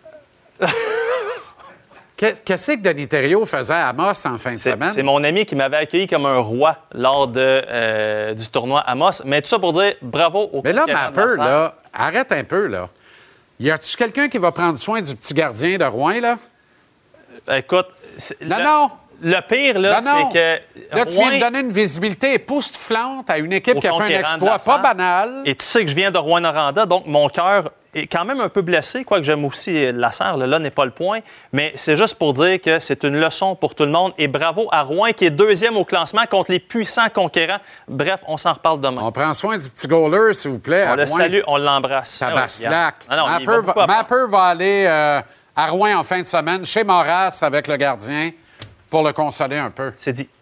Qu'est-ce que Denis Thériault faisait à Amos en fin de semaine? C'est mon ami qui m'avait accueilli comme un roi lors du tournoi Amos. Mais tout ça pour dire bravo au Mais là, Mapper, là, arrête un peu, là. Y a-tu quelqu'un qui va prendre soin du petit gardien de Rouen, là? Écoute... Non. Le pire, là, c'est que... Là, tu viens de donner une visibilité époustouflante à une équipe qui a fait un exploit pas banal. Et tu sais que je viens de Rouyn-Noranda, donc mon cœur est quand même un peu blessé, quoique j'aime aussi la Sarre, là n'est pas le point. Mais c'est juste pour dire que c'est une leçon pour tout le monde. Et bravo à Rouen, qui est 2e au classement contre les puissants conquérants. Bref, on s'en reparle demain. On prend soin du petit goaler, s'il vous plaît. On le salue, on l'embrasse. Tabaslac. Mapper va aller à Rouen en fin de semaine, chez Maurras, avec le gardien, pour le consoler un peu. C'est dit.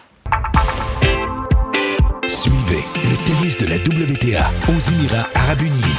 Suivez le tennis de la WTA aux Émirats Arabes Unis.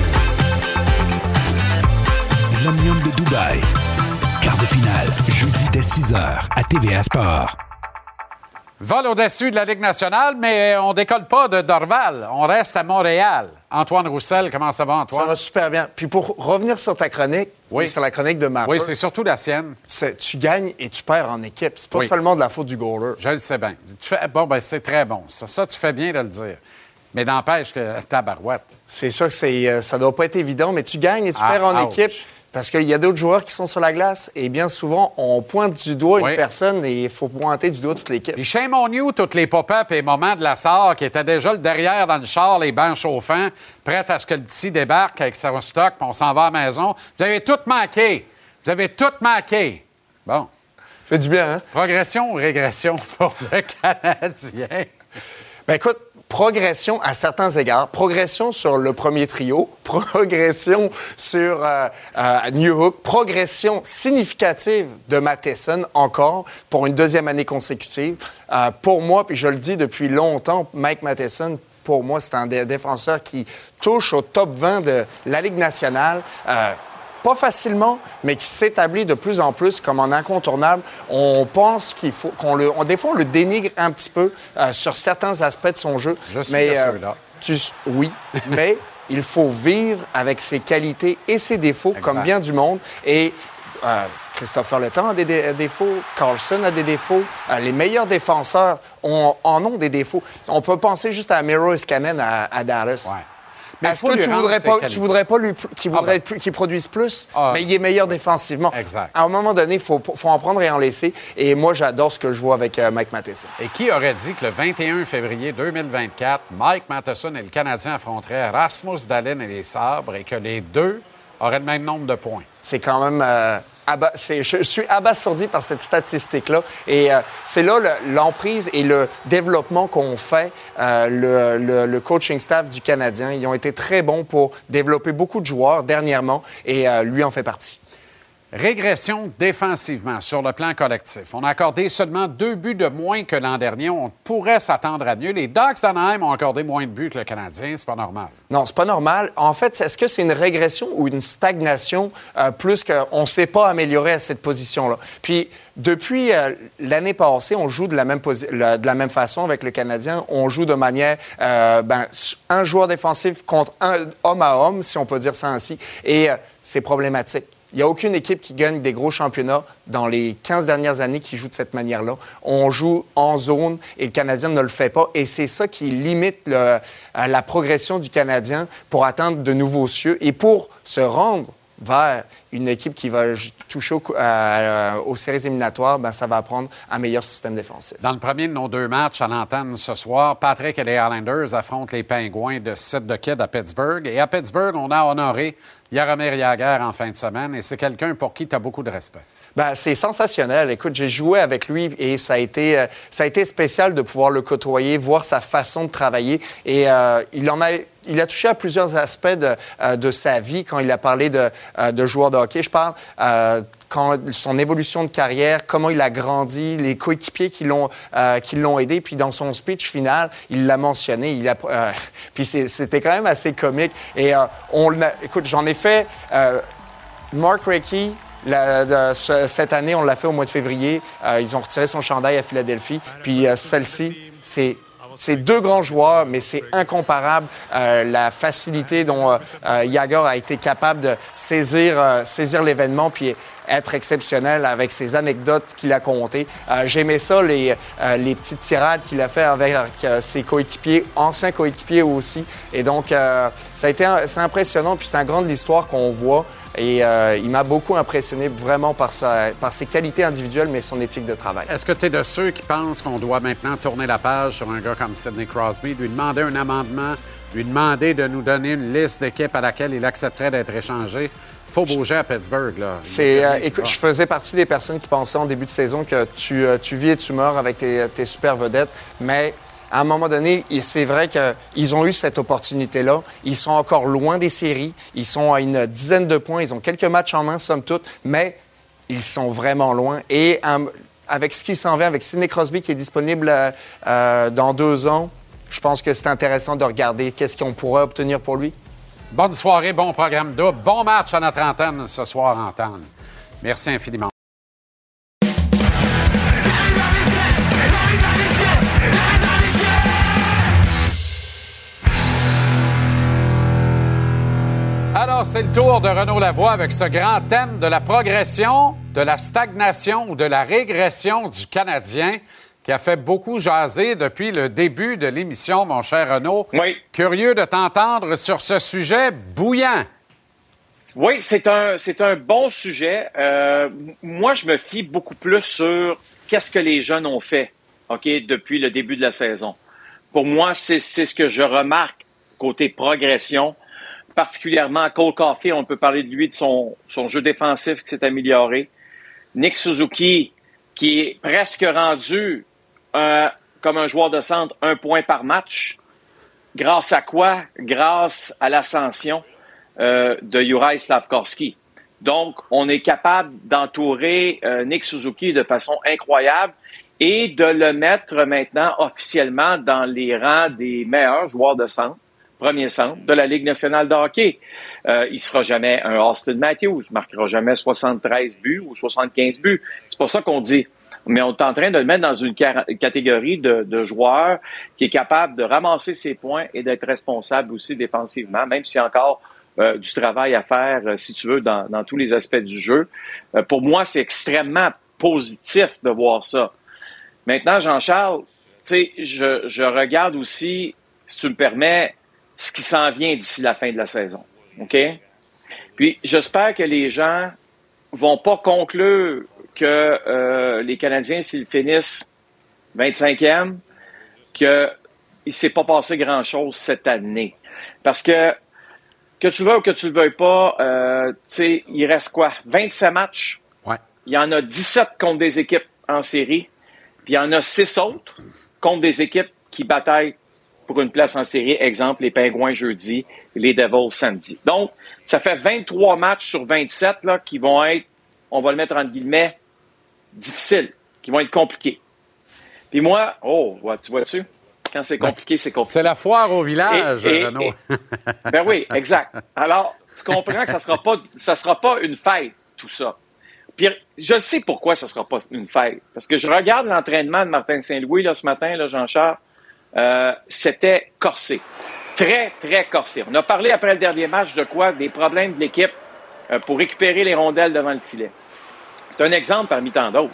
L'Omnium de Dubaï. Quart de finale, jeudi dès 6h à TVA Sport. Vol au-dessus de la Ligue nationale, mais on décolle pas de Dorval. On reste à Montréal. Antoine Roussel, comment ça va, Antoine? Ça va super bien. Puis pour revenir sur ta chronique, sur la chronique de Mapper... Oui, c'est surtout la sienne. Tu gagnes et tu perds en équipe. C'est pas seulement de la faute du goaler. Je le sais bien. C'est très bon. Ça, tu fais bien de le dire. Mais n'empêche que tabarouette. C'est sûr que ça doit pas être évident, mais tu gagnes et tu perds en équipe. Parce qu'il y a d'autres joueurs qui sont sur la glace et bien souvent, on pointe du doigt une personne et il faut pointer du doigt toute l'équipe. Puis shame on you, toutes les pop-up et moments de la Sarre qui étaient déjà le derrière dans le char, les bancs chauffants, prêts à ce que le petit débarque avec son stock, puis on s'en va à la maison. Vous avez tout manqué. Vous avez tout manqué. Bon. Fait du bien, hein? Progression ou régression pour le Canadien? Ben écoute, progression à certains égards. Progression sur le premier trio. Progression sur New Hook. Progression significative de Matheson encore pour une 2e année consécutive. Pour moi, puis je le dis depuis longtemps, Mike Matheson, pour moi, c'est un défenseur qui touche au top 20 de la Ligue nationale. Pas facilement, mais qui s'établit de plus en plus comme un incontournable. On pense qu'il faut des fois, on le dénigre un petit peu sur certains aspects de son jeu. Je suis là. Oui, mais il faut vivre avec ses qualités et ses défauts, comme bien du monde. Et Christopher Letang a des défauts, Carlson a des défauts. Les meilleurs défenseurs en ont des défauts. On peut penser juste à Miro Iskanen à Dallas. Ouais. Mais est-ce que tu voudrais pas qu'il produise plus? Mais il est meilleur défensivement. Exact. À un moment donné, il faut en prendre et en laisser. Et moi, j'adore ce que je vois avec Mike Matheson. Et qui aurait dit que le 21 février 2024, Mike Matheson et le Canadien affronteraient Rasmus Dahlin et les Sabres et que les deux auraient le même nombre de points? C'est quand même... je suis abasourdi par cette statistique-là. Et c'est là l'emprise et le développement qu'ont fait le coaching staff du Canadien. Ils ont été très bons pour développer beaucoup de joueurs dernièrement et lui en fait partie. Régression défensivement sur le plan collectif. On a accordé seulement 2 buts de moins que l'an dernier. On pourrait s'attendre à mieux. Les Ducks d'Anaheim ont accordé moins de buts que le Canadien. C'est pas normal. Non, c'est pas normal. En fait, est-ce que c'est une régression ou une stagnation plus qu'on ne s'est pas amélioré à cette position-là? Puis, depuis l'année passée, on joue de la même façon avec le Canadien. On joue de manière un joueur défensif contre un homme à homme, si on peut dire ça ainsi. Et c'est problématique. Il n'y a aucune équipe qui gagne des gros championnats dans les 15 dernières années qui joue de cette manière-là. On joue en zone et le Canadien ne le fait pas. Et c'est ça qui limite la progression du Canadien pour atteindre de nouveaux cieux et pour se rendre vers une équipe qui va toucher aux séries éliminatoires, ça va prendre un meilleur système défensif. Dans le premier de nos 2 matchs à l'antenne ce soir, Patrick et les Islanders affrontent les Pingouins de Sid-de-Kid à Pittsburgh. Et à Pittsburgh, on a honoré Jaromir Jagr en fin de semaine. Et c'est quelqu'un pour qui tu as beaucoup de respect. C'est sensationnel. Écoute, j'ai joué avec lui et ça a été spécial de pouvoir le côtoyer, voir sa façon de travailler. Et il a touché à plusieurs aspects de sa vie quand il a parlé de joueur de hockey. Je parle son évolution de carrière, comment il a grandi, les coéquipiers qui l'ont aidé. Puis dans son speech final, il l'a mentionné. Puis c'était quand même assez comique. Et écoute, j'en ai fait Mark Recchi. Cette année, on l'a fait au mois de février. Ils ont retiré son chandail à Philadelphie. Puis celle-ci, c'est 2 grands joueurs, mais c'est incomparable la facilité dont Jagr a été capable de saisir l'événement puis être exceptionnel avec ses anecdotes qu'il a contées. J'aimais ça, les petites tirades qu'il a fait avec ses coéquipiers, anciens coéquipiers aussi. Et donc, c'est impressionnant, puis c'est une grande histoire qu'on voit. Et il m'a beaucoup impressionné vraiment par ses qualités individuelles, mais son éthique de travail. Est-ce que tu es de ceux qui pensent qu'on doit maintenant tourner la page sur un gars comme Sidney Crosby, lui demander un amendement, lui demander de nous donner une liste d'équipes à laquelle il accepterait d'être échangé? Il faut bouger à Pittsburgh, là. Écoute, je faisais partie des personnes qui pensaient en début de saison que tu vis et tu meurs avec tes super vedettes, mais à un moment donné, c'est vrai qu'ils ont eu cette opportunité-là. Ils sont encore loin des séries. Ils sont à une dizaine de points. Ils ont quelques matchs en main, somme toute, mais ils sont vraiment loin. Et avec ce qui s'en vient, avec Sidney Crosby qui est disponible dans 2 ans, je pense que c'est intéressant de regarder qu'est-ce qu'on pourrait obtenir pour lui. Bonne soirée, bon programme double. Bon match à notre antenne ce soir, Antenne. Merci infiniment. Alors, c'est le tour de Renaud Lavoie avec ce grand thème de la progression, de la stagnation ou de la régression du Canadien qui a fait beaucoup jaser depuis le début de l'émission, mon cher Renaud. Oui. Curieux de t'entendre sur ce sujet bouillant. Oui, c'est un bon sujet. Moi, je me fie beaucoup plus sur qu'est-ce que les jeunes ont fait, depuis le début de la saison. Pour moi, c'est ce que je remarque côté progression. Particulièrement Cole Caulfield, on peut parler de lui, de son jeu défensif qui s'est amélioré. Nick Suzuki, qui est presque rendu comme un joueur de centre, 1 point par match. Grâce à quoi? Grâce à l'ascension de Juraj Slafkovský. Donc, on est capable d'entourer Nick Suzuki de façon incroyable et de le mettre maintenant officiellement dans les rangs des meilleurs joueurs de centre. Premier centre de la Ligue nationale de hockey. Il sera jamais un Austin Matthews, marquera jamais 73 buts ou 75 buts. C'est pour ça qu'on dit, mais on est en train de le mettre dans une catégorie de joueurs qui est capable de ramasser ses points et d'être responsable aussi défensivement, même s'il y a encore du travail à faire, si tu veux, dans tous les aspects du jeu. Pour moi, c'est extrêmement positif de voir ça. Maintenant, Jean-Charles, tu sais, je regarde aussi, si tu me permets, ce qui s'en vient d'ici la fin de la saison. OK? Puis, j'espère que les gens vont pas conclure que les Canadiens, s'ils finissent 25e, qu'il ne s'est pas passé grand-chose cette année. Parce que tu le veux ou que tu le veuilles pas, il reste quoi? 27 matchs. Ouais. Il y en a 17 contre des équipes en série. Puis il y en a 6 autres contre des équipes qui bataillent pour une place en série. Exemple, les Pingouins jeudi, les Devils samedi. Donc, ça fait 23 matchs sur 27 là, qui vont être, on va le mettre entre guillemets, difficiles, qui vont être compliqués. Puis moi, tu vois-tu? Quand c'est compliqué, c'est compliqué. C'est la foire au village, Renaud. Ben oui, exact. Alors, tu comprends que ça sera pas une fête, tout ça. Puis, je sais pourquoi ça sera pas une fête. Parce que je regarde l'entraînement de Martin Saint-Louis, là, ce matin, là, Jean-Charles, c'était corsé. Très, très corsé. On a parlé après le dernier match de quoi? Des problèmes de l'équipe pour récupérer les rondelles devant le filet. C'est un exemple parmi tant d'autres.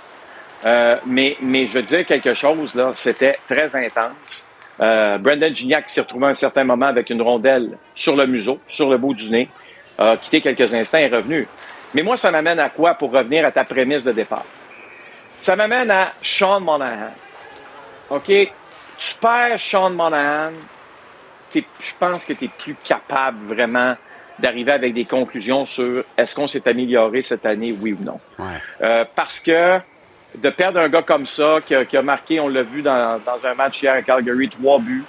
Mais je veux dire quelque chose, là, c'était très intense. Brendan Gignac s'est retrouvé à un certain moment avec une rondelle sur le museau, sur le bout du nez, a quitté quelques instants et est revenu. Mais moi, ça m'amène à quoi pour revenir à ta prémisse de départ? Ça m'amène à Sean Monahan. OK? Tu perds Sean Monahan, je pense que tu es plus capable vraiment d'arriver avec des conclusions sur est-ce qu'on s'est amélioré cette année, oui ou non. Ouais. Parce que de perdre un gars comme ça, qui a marqué, on l'a vu dans un match hier à Calgary, 3 buts,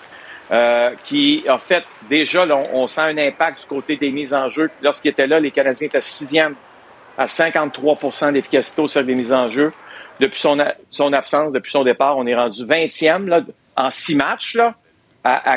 qui a fait déjà, là, on sent un impact du côté des mises en jeu. Lorsqu'il était là, les Canadiens étaient 6e à 53% d'efficacité au cercle des mises en jeu. Depuis son absence, depuis son départ, on est rendu 20e là, en 6 matchs là, à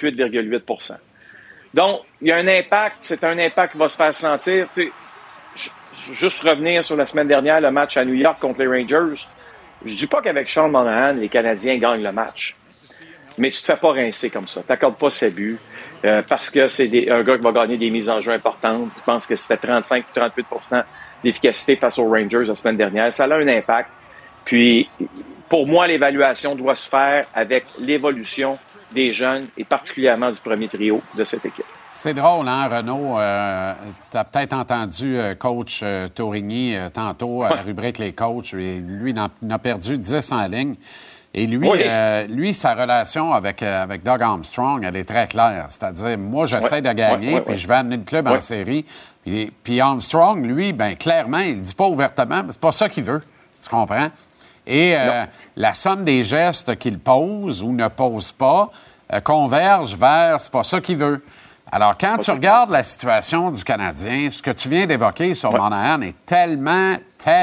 48,8%. Donc, il y a un impact, c'est un impact qui va se faire sentir. Tu sais, juste revenir sur la semaine dernière, le match à New York contre les Rangers. Je dis pas qu'avec Sean Monahan, les Canadiens gagnent le match. Mais tu te fais pas rincer comme ça. Tu n'accordes pas ses buts parce que c'est un gars qui va gagner des mises en jeu importantes. Je pense que c'était 35 ou 38% d'efficacité face aux Rangers la semaine dernière. Ça a un impact. Puis, pour moi, l'évaluation doit se faire avec l'évolution des jeunes et particulièrement du premier trio de cette équipe. C'est drôle, hein, Renaud? Tu as peut-être entendu coach Tourigny tantôt à la rubrique Les coachs. Et lui, il a perdu 10 en ligne. Et lui, sa relation avec Doug Armstrong, elle est très claire. C'est-à-dire, moi, j'essaie de gagner, puis je vais amener le club en série. Puis Armstrong, lui, bien, clairement, il ne dit pas ouvertement, mais c'est pas ça qu'il veut. Tu comprends? Et la somme des gestes qu'il pose ou ne pose pas converge vers c'est pas ça qu'il veut. Alors, quand tu regardes la situation du Canadien, ce que tu viens d'évoquer sur Monahan est tellement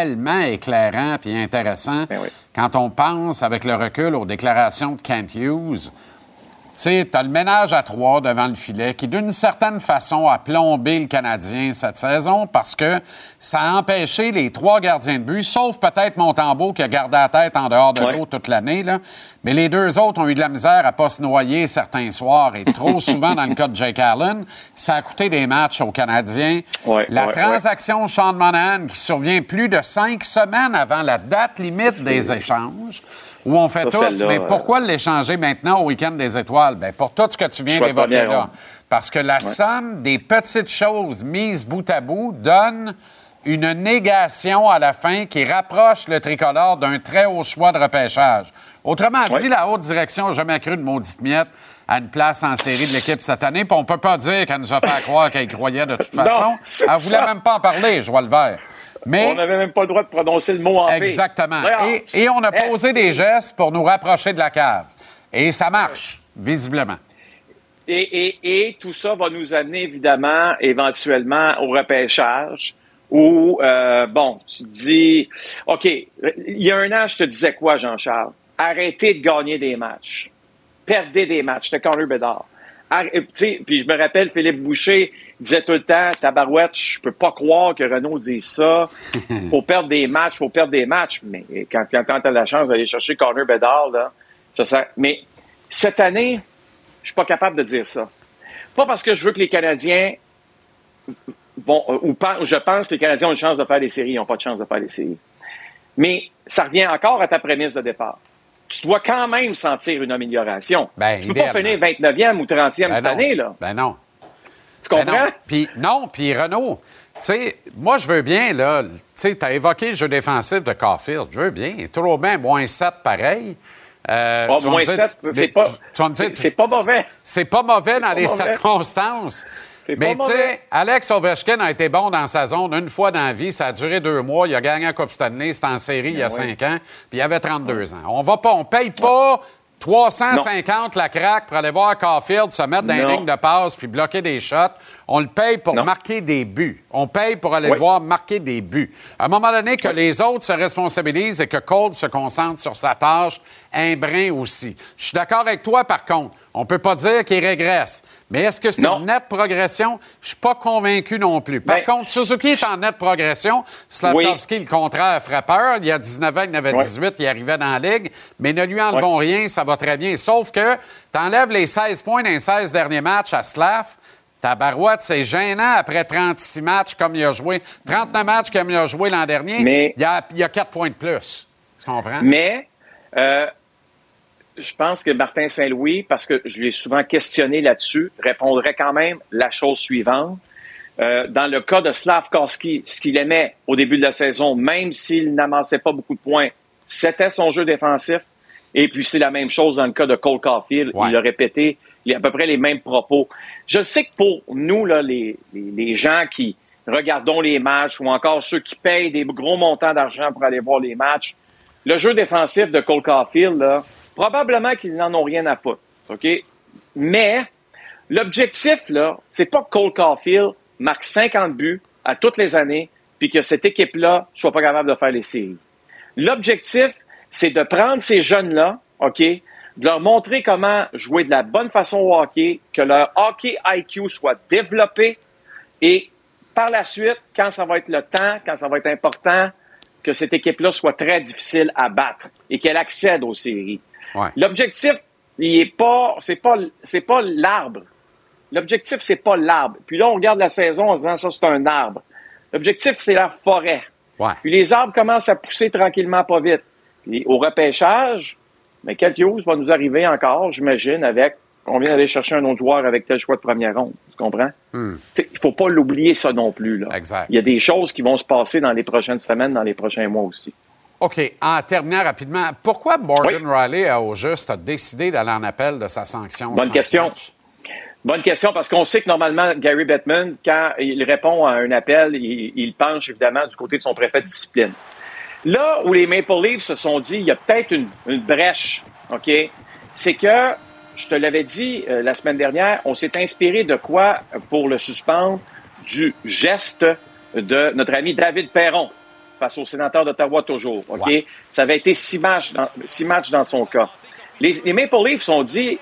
éclairant et intéressant quand on pense avec le recul aux déclarations de Kent Hughes. Tu sais, tu as le ménage à 3 devant le filet qui, d'une certaine façon, a plombé le Canadien cette saison parce que ça a empêché les 3 gardiens de but, sauf peut-être Montembeault qui a gardé la tête en dehors de l'eau toute l'année, là. Mais les 2 autres ont eu de la misère à pas se noyer certains soirs et trop souvent, dans le cas de Jake Allen, ça a coûté des matchs aux Canadiens. La transaction Sean Monahan qui survient plus de 5 semaines avant la date limite des échanges, où on fait tous, mais pourquoi l'échanger maintenant au week-end des étoiles? Bien, pour tout ce que tu viens d'évoquer là. Parce que la somme des petites choses mises bout à bout donne une négation à la fin qui rapproche le tricolore d'un très haut choix de repêchage. Autrement dit, la haute direction n'a jamais cru de maudite miette à une place en série de l'équipe cette année, puis on peut pas dire qu'elle nous a fait croire qu'elle croyait de toute façon. Non, elle voulait même pas en parler, je vois le vert. Mais, on n'avait même pas le droit de prononcer le mot en paix. Exactement. Et on a posé des gestes pour nous rapprocher de la cave. Et ça marche, visiblement. Et tout ça va nous amener, évidemment, éventuellement, au repêchage où, tu te dis, OK, il y a un an, je te disais quoi, Jean-Charles? Arrêtez de gagner des matchs. Perdez des matchs. C'était Connor Bedard. Puis je me rappelle, Philippe Boucher disait tout le temps, tabarouette, je peux pas croire que Renaud dise ça. Faut perdre des matchs. Mais quand tu as la chance d'aller chercher Connor Bedard, là, mais cette année, je suis pas capable de dire ça. Pas parce que je veux que les Canadiens je pense que les Canadiens ont une chance de faire des séries. Ils n'ont pas de chance de faire des séries. Mais ça revient encore à ta prémisse de départ. tu dois quand même sentir une amélioration. Tu peux pas idéalement. finir 29e ou 30e cette année, là. Ben non. Tu comprends? Puis Renaud, tu sais, moi, je veux bien, là, tu sais, tu as évoqué le jeu défensif de Caulfield. Je veux bien. Il est toujours bien, moins 7 pareil. Moins 7, c'est pas mauvais. C'est pas mauvais dans les circonstances. Mais tu sais, Alex Ovechkin a été bon dans sa zone une fois dans la vie. Ça a duré 2 mois. Il a gagné la Coupe Stanley. C'était en série il y a 5 ans. Puis il avait 32 ans. On paye pas 350 la craque pour aller voir Caulfield se mettre dans les lignes de passe puis bloquer des shots. On le paye pour marquer des buts. On paye pour aller le voir marquer des buts. À un moment donné, que les autres se responsabilisent et que Cole se concentre sur sa tâche, un brin aussi. Je suis d'accord avec toi, par contre. On peut pas dire qu'il régresse. Mais est-ce que c'est une nette progression? Je suis pas convaincu non plus. Par contre, Suzuki est en nette progression. Slavkovski, le contraire, ferait peur. Il y a 19 ans, il en avait 18, il arrivait dans la Ligue. Mais ne lui enlevons rien, ça va très bien. Sauf que tu enlèves les 16 points dans les 16 derniers matchs à Slav. Tabarouette, c'est gênant après 36 matchs comme il a joué. 39 matchs comme il a joué l'an dernier. Mais il y a 4 points de plus. Tu comprends? Mais je pense que Martin Saint-Louis, parce que je l'ai souvent questionné là-dessus, répondrait quand même la chose suivante. Dans le cas de Slavkovski, ce qu'il aimait au début de la saison, même s'il n'amassait pas beaucoup de points, c'était son jeu défensif. Et puis c'est la même chose dans le cas de Cole Caulfield. Il l'a répété. Il y a à peu près les mêmes propos. Je sais que pour nous, là, les gens qui regardons les matchs ou encore ceux qui payent des gros montants d'argent pour aller voir les matchs, le jeu défensif de Cole Caulfield, là, probablement qu'ils n'en ont rien à foutre. OK? Mais l'objectif, là, c'est pas que Cole Caulfield marque 50 buts à toutes les années puis que cette équipe-là soit pas capable de faire les séries. L'objectif, c'est de prendre ces jeunes-là, OK, de leur montrer comment jouer de la bonne façon au hockey, que leur hockey IQ soit développé et par la suite, quand ça va être le temps, quand ça va être important, que cette équipe-là soit très difficile à battre et qu'elle accède aux séries. L'objectif, c'est pas l'arbre. L'objectif, c'est pas l'arbre. Puis là, on regarde la saison en se disant ça, c'est un arbre. L'objectif, c'est la forêt. Puis les arbres commencent à pousser tranquillement, pas vite. Puis au repêchage, mais quelque chose va nous arriver encore, j'imagine, avec on vient d'aller chercher un autre joueur avec tel choix de première ronde. Tu comprends? Il ne faut pas l'oublier, ça non plus. Là. Exact. Il y a des choses qui vont se passer dans les prochaines semaines, dans les prochains mois aussi. OK. En terminant rapidement, pourquoi Morgan Riley, au juste, a décidé d'aller en appel de sa sanction? Bonne question. Bonne question, parce qu'on sait que normalement, Gary Bettman, quand il répond à un appel, il penche évidemment du côté de son préfet de discipline. Là où les Maple Leafs se sont dit, il y a peut-être une brèche, OK? C'est que, je te l'avais dit la semaine dernière, on s'est inspiré de quoi pour le suspendre? Du geste de notre ami David Perron face au sénateur d'Ottawa toujours, OK? Ça avait été 6 matchs dans son cas. Les Maple Leafs ont dit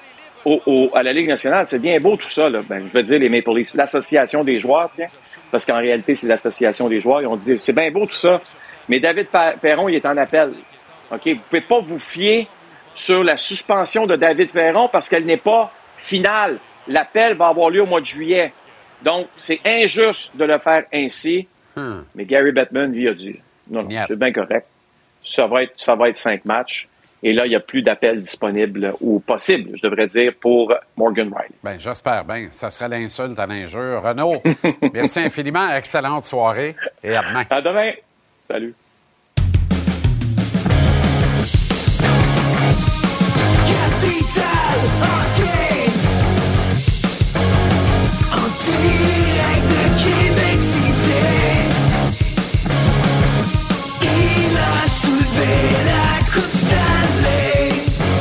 à la Ligue nationale, c'est bien beau tout ça, là. Ben, je veux dire les Maple Leafs, l'association des joueurs, tiens, parce qu'en réalité, c'est l'association des joueurs. Ils ont dit, c'est bien beau tout ça, mais David Perron, il est en appel. OK? Vous pouvez pas vous fier sur la suspension de David Perron parce qu'elle n'est pas finale. L'appel va avoir lieu au mois de juillet. Donc, c'est injuste de le faire ainsi. Mais Gary Bettman, lui, a dit, non, c'est bien correct. Ça va être 5 matchs. Et là, il n'y a plus d'appel disponible ou possible, je devrais dire, pour Morgan Riley. Bien, j'espère bien. Ça serait l'insulte à l'injure. Renaud, merci infiniment. Excellente soirée et à demain. À demain. Salut. Capital Hockey en direct de Québec City. Il a soulevé la Coupe Stanley.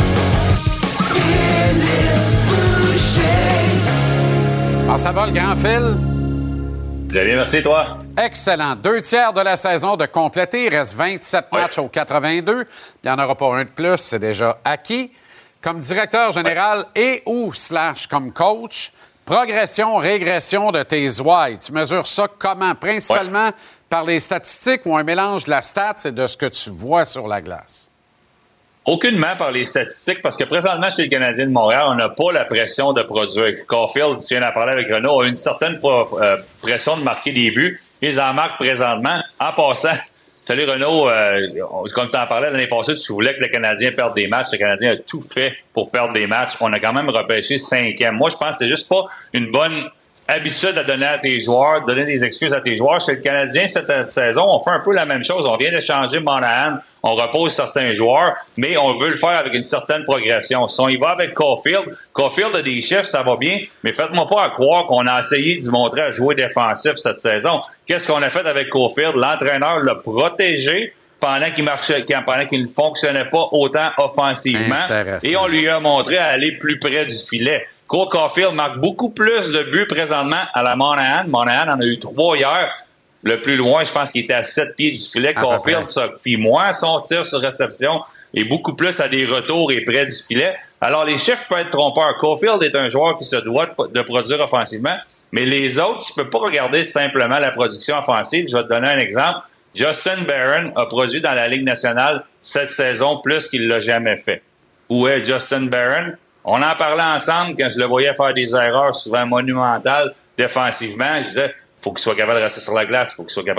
Philippe Boucher. Alors, ça va le grand Phil? Très bien, merci toi. Excellent. 2/3 de la saison de compléter. Il reste 27 matchs au 82. Il n'y en aura pas un de plus. C'est déjà acquis. Comme directeur général et ou / comme coach, progression, régression de tes ouailles. Tu mesures ça comment? Principalement par les statistiques ou un mélange de la stats et de ce que tu vois sur la glace? Aucunement par les statistiques, parce que présentement, chez le Canadien de Montréal, on n'a pas la pression de produire. Caulfield, tu viens d'en parler avec Renaud, a une certaine pression de marquer des buts. Ils en marquent présentement. En passant, Salut Renaud, comme tu en parlais l'année passée, tu voulais que le Canadien perde des matchs. Le Canadien a tout fait pour perdre des matchs. On a quand même repêché 5e. Moi, je pense que c'est juste pas une bonne habitude à donner à tes joueurs, donner des excuses à tes joueurs. Chez le Canadien, cette saison, on fait un peu la même chose. On vient d'échanger Monahan, on repose certains joueurs, mais on veut le faire avec une certaine progression. Si on y va avec Caulfield a des chiffres, ça va bien, mais faites-moi pas à croire qu'on a essayé d'y montrer à jouer défensif cette saison. Qu'est-ce qu'on a fait avec Caulfield? L'entraîneur l'a protégé pendant qu'il ne fonctionnait pas autant offensivement. Et on lui a montré à aller plus près du filet. Cole Caulfield marque beaucoup plus de buts présentement à la Monahan. Monahan en a eu 3 hier. Le plus loin, je pense qu'il était à 7 pieds du filet. Caulfield se fie moins à son tir sur réception et beaucoup plus à des retours et près du filet. Alors, les chiffres peuvent être trompeurs. Caulfield est un joueur qui se doit de produire offensivement, mais les autres, tu peux pas regarder simplement la production offensive. Je vais te donner un exemple. Justin Barron a produit dans la Ligue nationale cette saison plus qu'il l'a jamais fait. Où est Justin Barron? On en parlait ensemble quand je le voyais faire des erreurs souvent monumentales défensivement. Je disais, faut qu'il soit capable de rester sur la glace.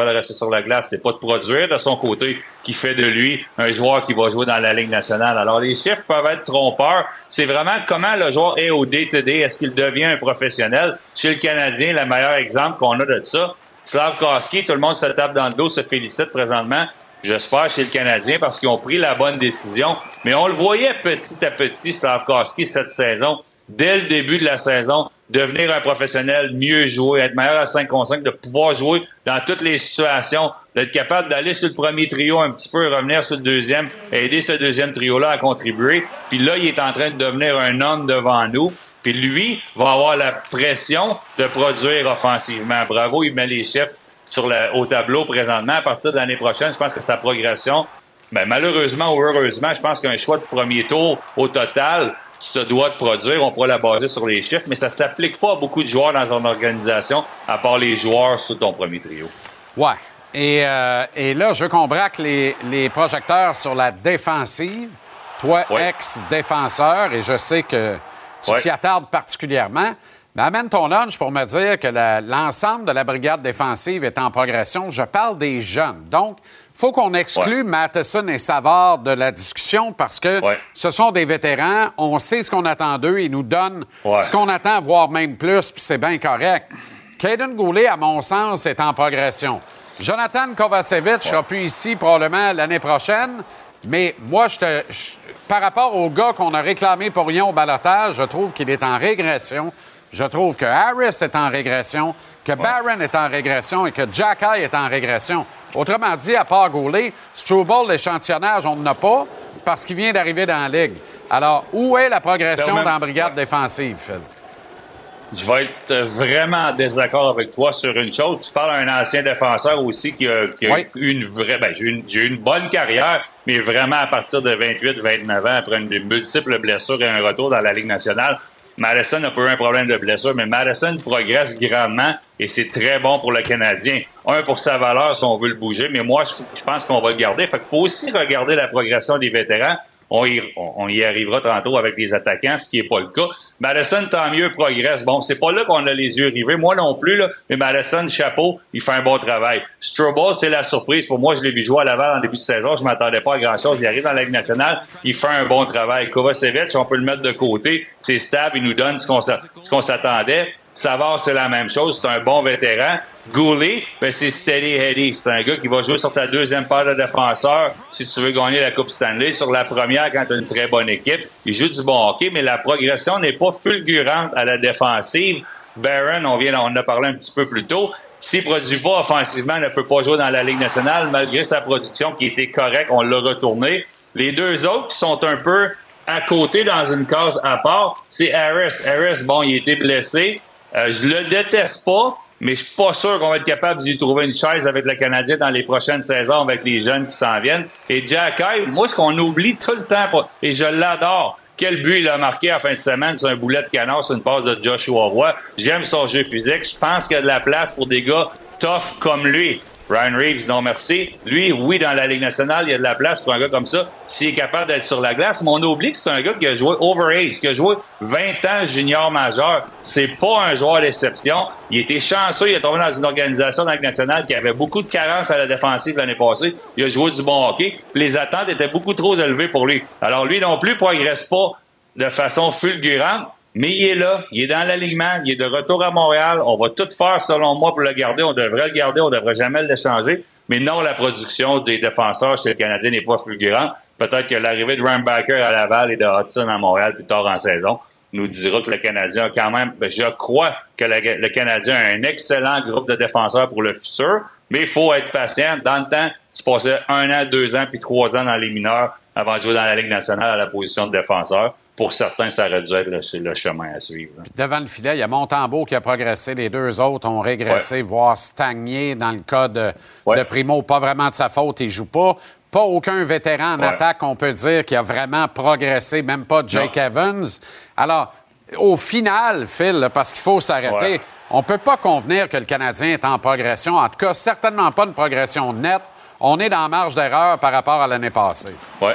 C'est pas de produire de son côté qui fait de lui un joueur qui va jouer dans la Ligue nationale. Alors, les chiffres peuvent être trompeurs. C'est vraiment comment le joueur est au day-to-day. Est-ce qu'il devient un professionnel? Chez le Canadien, le meilleur exemple qu'on a de ça, Slavkovski, tout le monde se tape dans le dos, se félicite présentement. J'espère chez le Canadien parce qu'ils ont pris la bonne décision. Mais on le voyait petit à petit, Slavkovski, cette saison, dès le début de la saison, devenir un professionnel, mieux jouer, être meilleur à 5 contre 5, de pouvoir jouer dans toutes les situations, d'être capable d'aller sur le premier trio un petit peu, revenir sur le deuxième, aider ce deuxième trio-là à contribuer. Puis là, il est en train de devenir un homme devant nous. Puis lui va avoir la pression de produire offensivement. Bravo, il met les chiffres au tableau présentement. À partir de l'année prochaine, je pense que sa progression, malheureusement ou heureusement, je pense qu'un choix de premier tour au total, tu te dois de produire. On pourra la baser sur les chiffres, mais ça ne s'applique pas à beaucoup de joueurs dans une organisation, à part les joueurs sous ton premier trio. Ouais. Et là, je veux qu'on braque les projecteurs sur la défensive. Toi, ex-défenseur, et je sais que tu t'y attardes particulièrement. Mais amène ton lunch pour me dire que l'ensemble de la brigade défensive est en progression. Je parle des jeunes. Donc, il faut qu'on exclue Matheson et Savard de la discussion parce que ce sont des vétérans. On sait ce qu'on attend d'eux. Ils nous donnent ce qu'on attend, voire même plus, puis c'est bien correct. Kaiden Guhle, à mon sens, est en progression. Jonathan Kovacevic sera plus ici probablement l'année prochaine. Mais moi, par rapport au gars qu'on a réclamé pour rien au ballottage, je trouve qu'il est en régression. Je trouve que Harris est en régression, que Barron est en régression et que Xhekaj est en régression. Autrement dit, à part Goulet, Struble, l'échantillonnage, on n'en a pas parce qu'il vient d'arriver dans la Ligue. Alors, où est la progression dans la brigade défensive, Phil? Je vais être vraiment en désaccord avec toi sur une chose. Tu parles à un ancien défenseur aussi qui a eu une vraie... j'ai eu une bonne carrière, mais vraiment à partir de 28-29 ans, après de multiples blessures et un retour dans la Ligue nationale. Matheson n'a pas eu un problème de blessure, mais Matheson progresse grandement et c'est très bon pour le Canadien. Pour sa valeur, si on veut le bouger, mais moi, je pense qu'on va le garder. Fait qu'il faut aussi regarder la progression des vétérans. On y arrivera tantôt avec les attaquants, ce qui n'est pas le cas. Matheson, tant mieux, progresse. Bon, c'est pas là qu'on a les yeux rivés. Moi non plus, là. Mais Matheson, chapeau, il fait un bon travail. Struble, c'est la surprise. Pour moi, je l'ai vu jouer à Laval en début de saison. Je m'attendais pas à grand-chose. Il arrive dans la Ligue nationale. Il fait un bon travail. Kovacevic, on peut le mettre de côté. C'est stable. Il nous donne ce qu'on s'attendait. Savard, c'est la même chose. C'est un bon vétéran. Goulet, c'est steady Eddie. C'est un gars qui va jouer sur ta deuxième paire de défenseurs si tu veux gagner la Coupe Stanley. Sur la première, quand tu as une très bonne équipe, il joue du bon hockey, mais la progression n'est pas fulgurante à la défensive. Barron, on en a parlé un petit peu plus tôt. S'il ne produit pas offensivement, il ne peut pas jouer dans la Ligue nationale, malgré sa production qui était correcte. On l'a retourné. Les deux autres qui sont un peu à côté dans une case à part, c'est Harris. Harris, bon, il a été blessé. Je le déteste pas, mais je suis pas sûr qu'on va être capable d'y trouver une chaise avec le Canadien dans les prochaines saisons avec les jeunes qui s'en viennent. Et Xhekaj, moi, ce qu'on oublie tout le temps, et je l'adore, quel but il a marqué en fin de semaine sur un boulet de canard sur une passe de Joshua Roy. J'aime son jeu physique. Je pense qu'il y a de la place pour des gars tough comme lui. Ryan Reeves, non merci. Lui, oui, dans la Ligue nationale, il y a de la place pour un gars comme ça, s'il est capable d'être sur la glace. Mais on oublie que c'est un gars qui a joué overage, qui a joué 20 ans junior majeur. C'est pas un joueur d'exception. Il était chanceux, il est tombé dans une organisation de la Ligue nationale qui avait beaucoup de carences à la défensive l'année passée. Il a joué du bon hockey, puis les attentes étaient beaucoup trop élevées pour lui. Alors lui non plus progresse pas de façon fulgurante. Mais il est là, il est dans l'alignement, il est de retour à Montréal. On va tout faire, selon moi, pour le garder. On devrait le garder, on devrait jamais l'échanger. Mais non, la production des défenseurs chez le Canadien n'est pas fulgurante. Peut-être que l'arrivée de Reinbacher à Laval et de Hudson à Montréal plus tard en saison nous dira que le Canadien a quand même... Je crois que le Canadien a un excellent groupe de défenseurs pour le futur, mais il faut être patient. Dans le temps, tu passais 1 an, 2 ans, puis 3 ans dans les mineurs avant de jouer dans la Ligue nationale à la position de défenseur. Pour certains, ça aurait dû être le chemin à suivre. Devant le filet, il y a Montembeault qui a progressé. Les deux autres ont régressé, voire stagné dans le cas de Primo. Pas vraiment de sa faute, il ne joue pas. Pas aucun vétéran en attaque, on peut dire, qui a vraiment progressé, même pas Jake Evans. Alors, au final, Phil, parce qu'il faut s'arrêter, on ne peut pas convenir que le Canadien est en progression. En tout cas, certainement pas une progression nette. On est dans la marge d'erreur par rapport à l'année passée. Oui.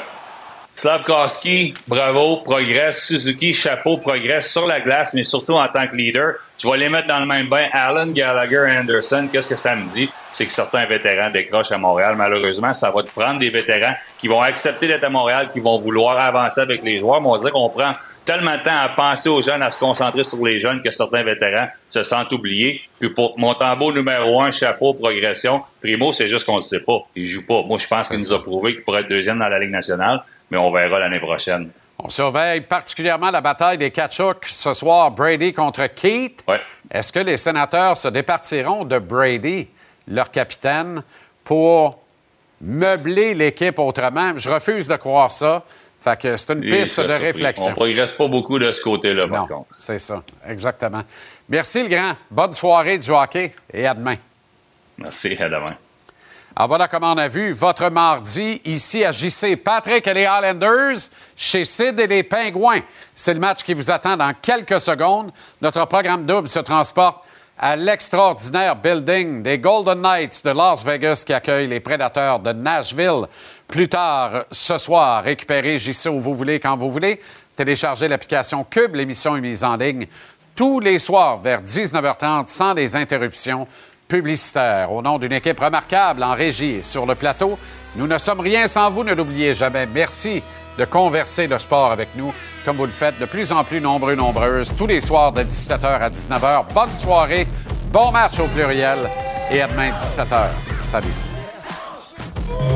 Slafkovský, bravo, progresse. Suzuki, chapeau, progresse sur la glace, mais surtout en tant que leader. Je vais les mettre dans le même bain. Allen, Gallagher et Anderson, qu'est-ce que ça me dit? C'est que certains vétérans décrochent à Montréal. Malheureusement, ça va te prendre des vétérans qui vont accepter d'être à Montréal, qui vont vouloir avancer avec les joueurs. Mais on dirait qu'on prend tellement de temps à penser aux jeunes, à se concentrer sur les jeunes, que certains vétérans se sentent oubliés. Puis pour Montembeault, numéro 1, chapeau, progression. Primo, c'est juste qu'on ne le sait pas. Il joue pas. Moi, je pense qu'il nous a prouvé qu'il pourrait être deuxième dans la Ligue nationale, mais on verra l'année prochaine. On surveille particulièrement la bataille des Tkachuk ce soir, Brady contre Keith. Est-ce que les Sénateurs se départiront de Brady, leur capitaine, pour meubler l'équipe autrement? Je refuse de croire ça. Fait que c'est une piste de réflexion. On ne progresse pas beaucoup de ce côté-là, par contre. C'est ça, exactement. Merci, le grand. Bonne soirée du hockey et à demain. Merci, à demain. Alors voilà comment on a vu votre mardi ici à JC. Patrick et les Islanders chez Sid et les Pingouins. C'est le match qui vous attend dans quelques secondes. Notre programme double se transporte à l'extraordinaire building des Golden Knights de Las Vegas qui accueille les Prédateurs de Nashville. Plus tard ce soir, récupérez JC où vous voulez, quand vous voulez. Téléchargez l'application Cube. L'émission est mise en ligne tous les soirs vers 19h30 sans des interruptions publicitaires. Au nom d'une équipe remarquable en régie et sur le plateau, nous ne sommes rien sans vous, ne l'oubliez jamais. Merci de converser le sport avec nous, comme vous le faites de plus en plus nombreux, nombreuses, tous les soirs de 17h à 19h. Bonne soirée, bon match au pluriel et à demain 17h. Salut.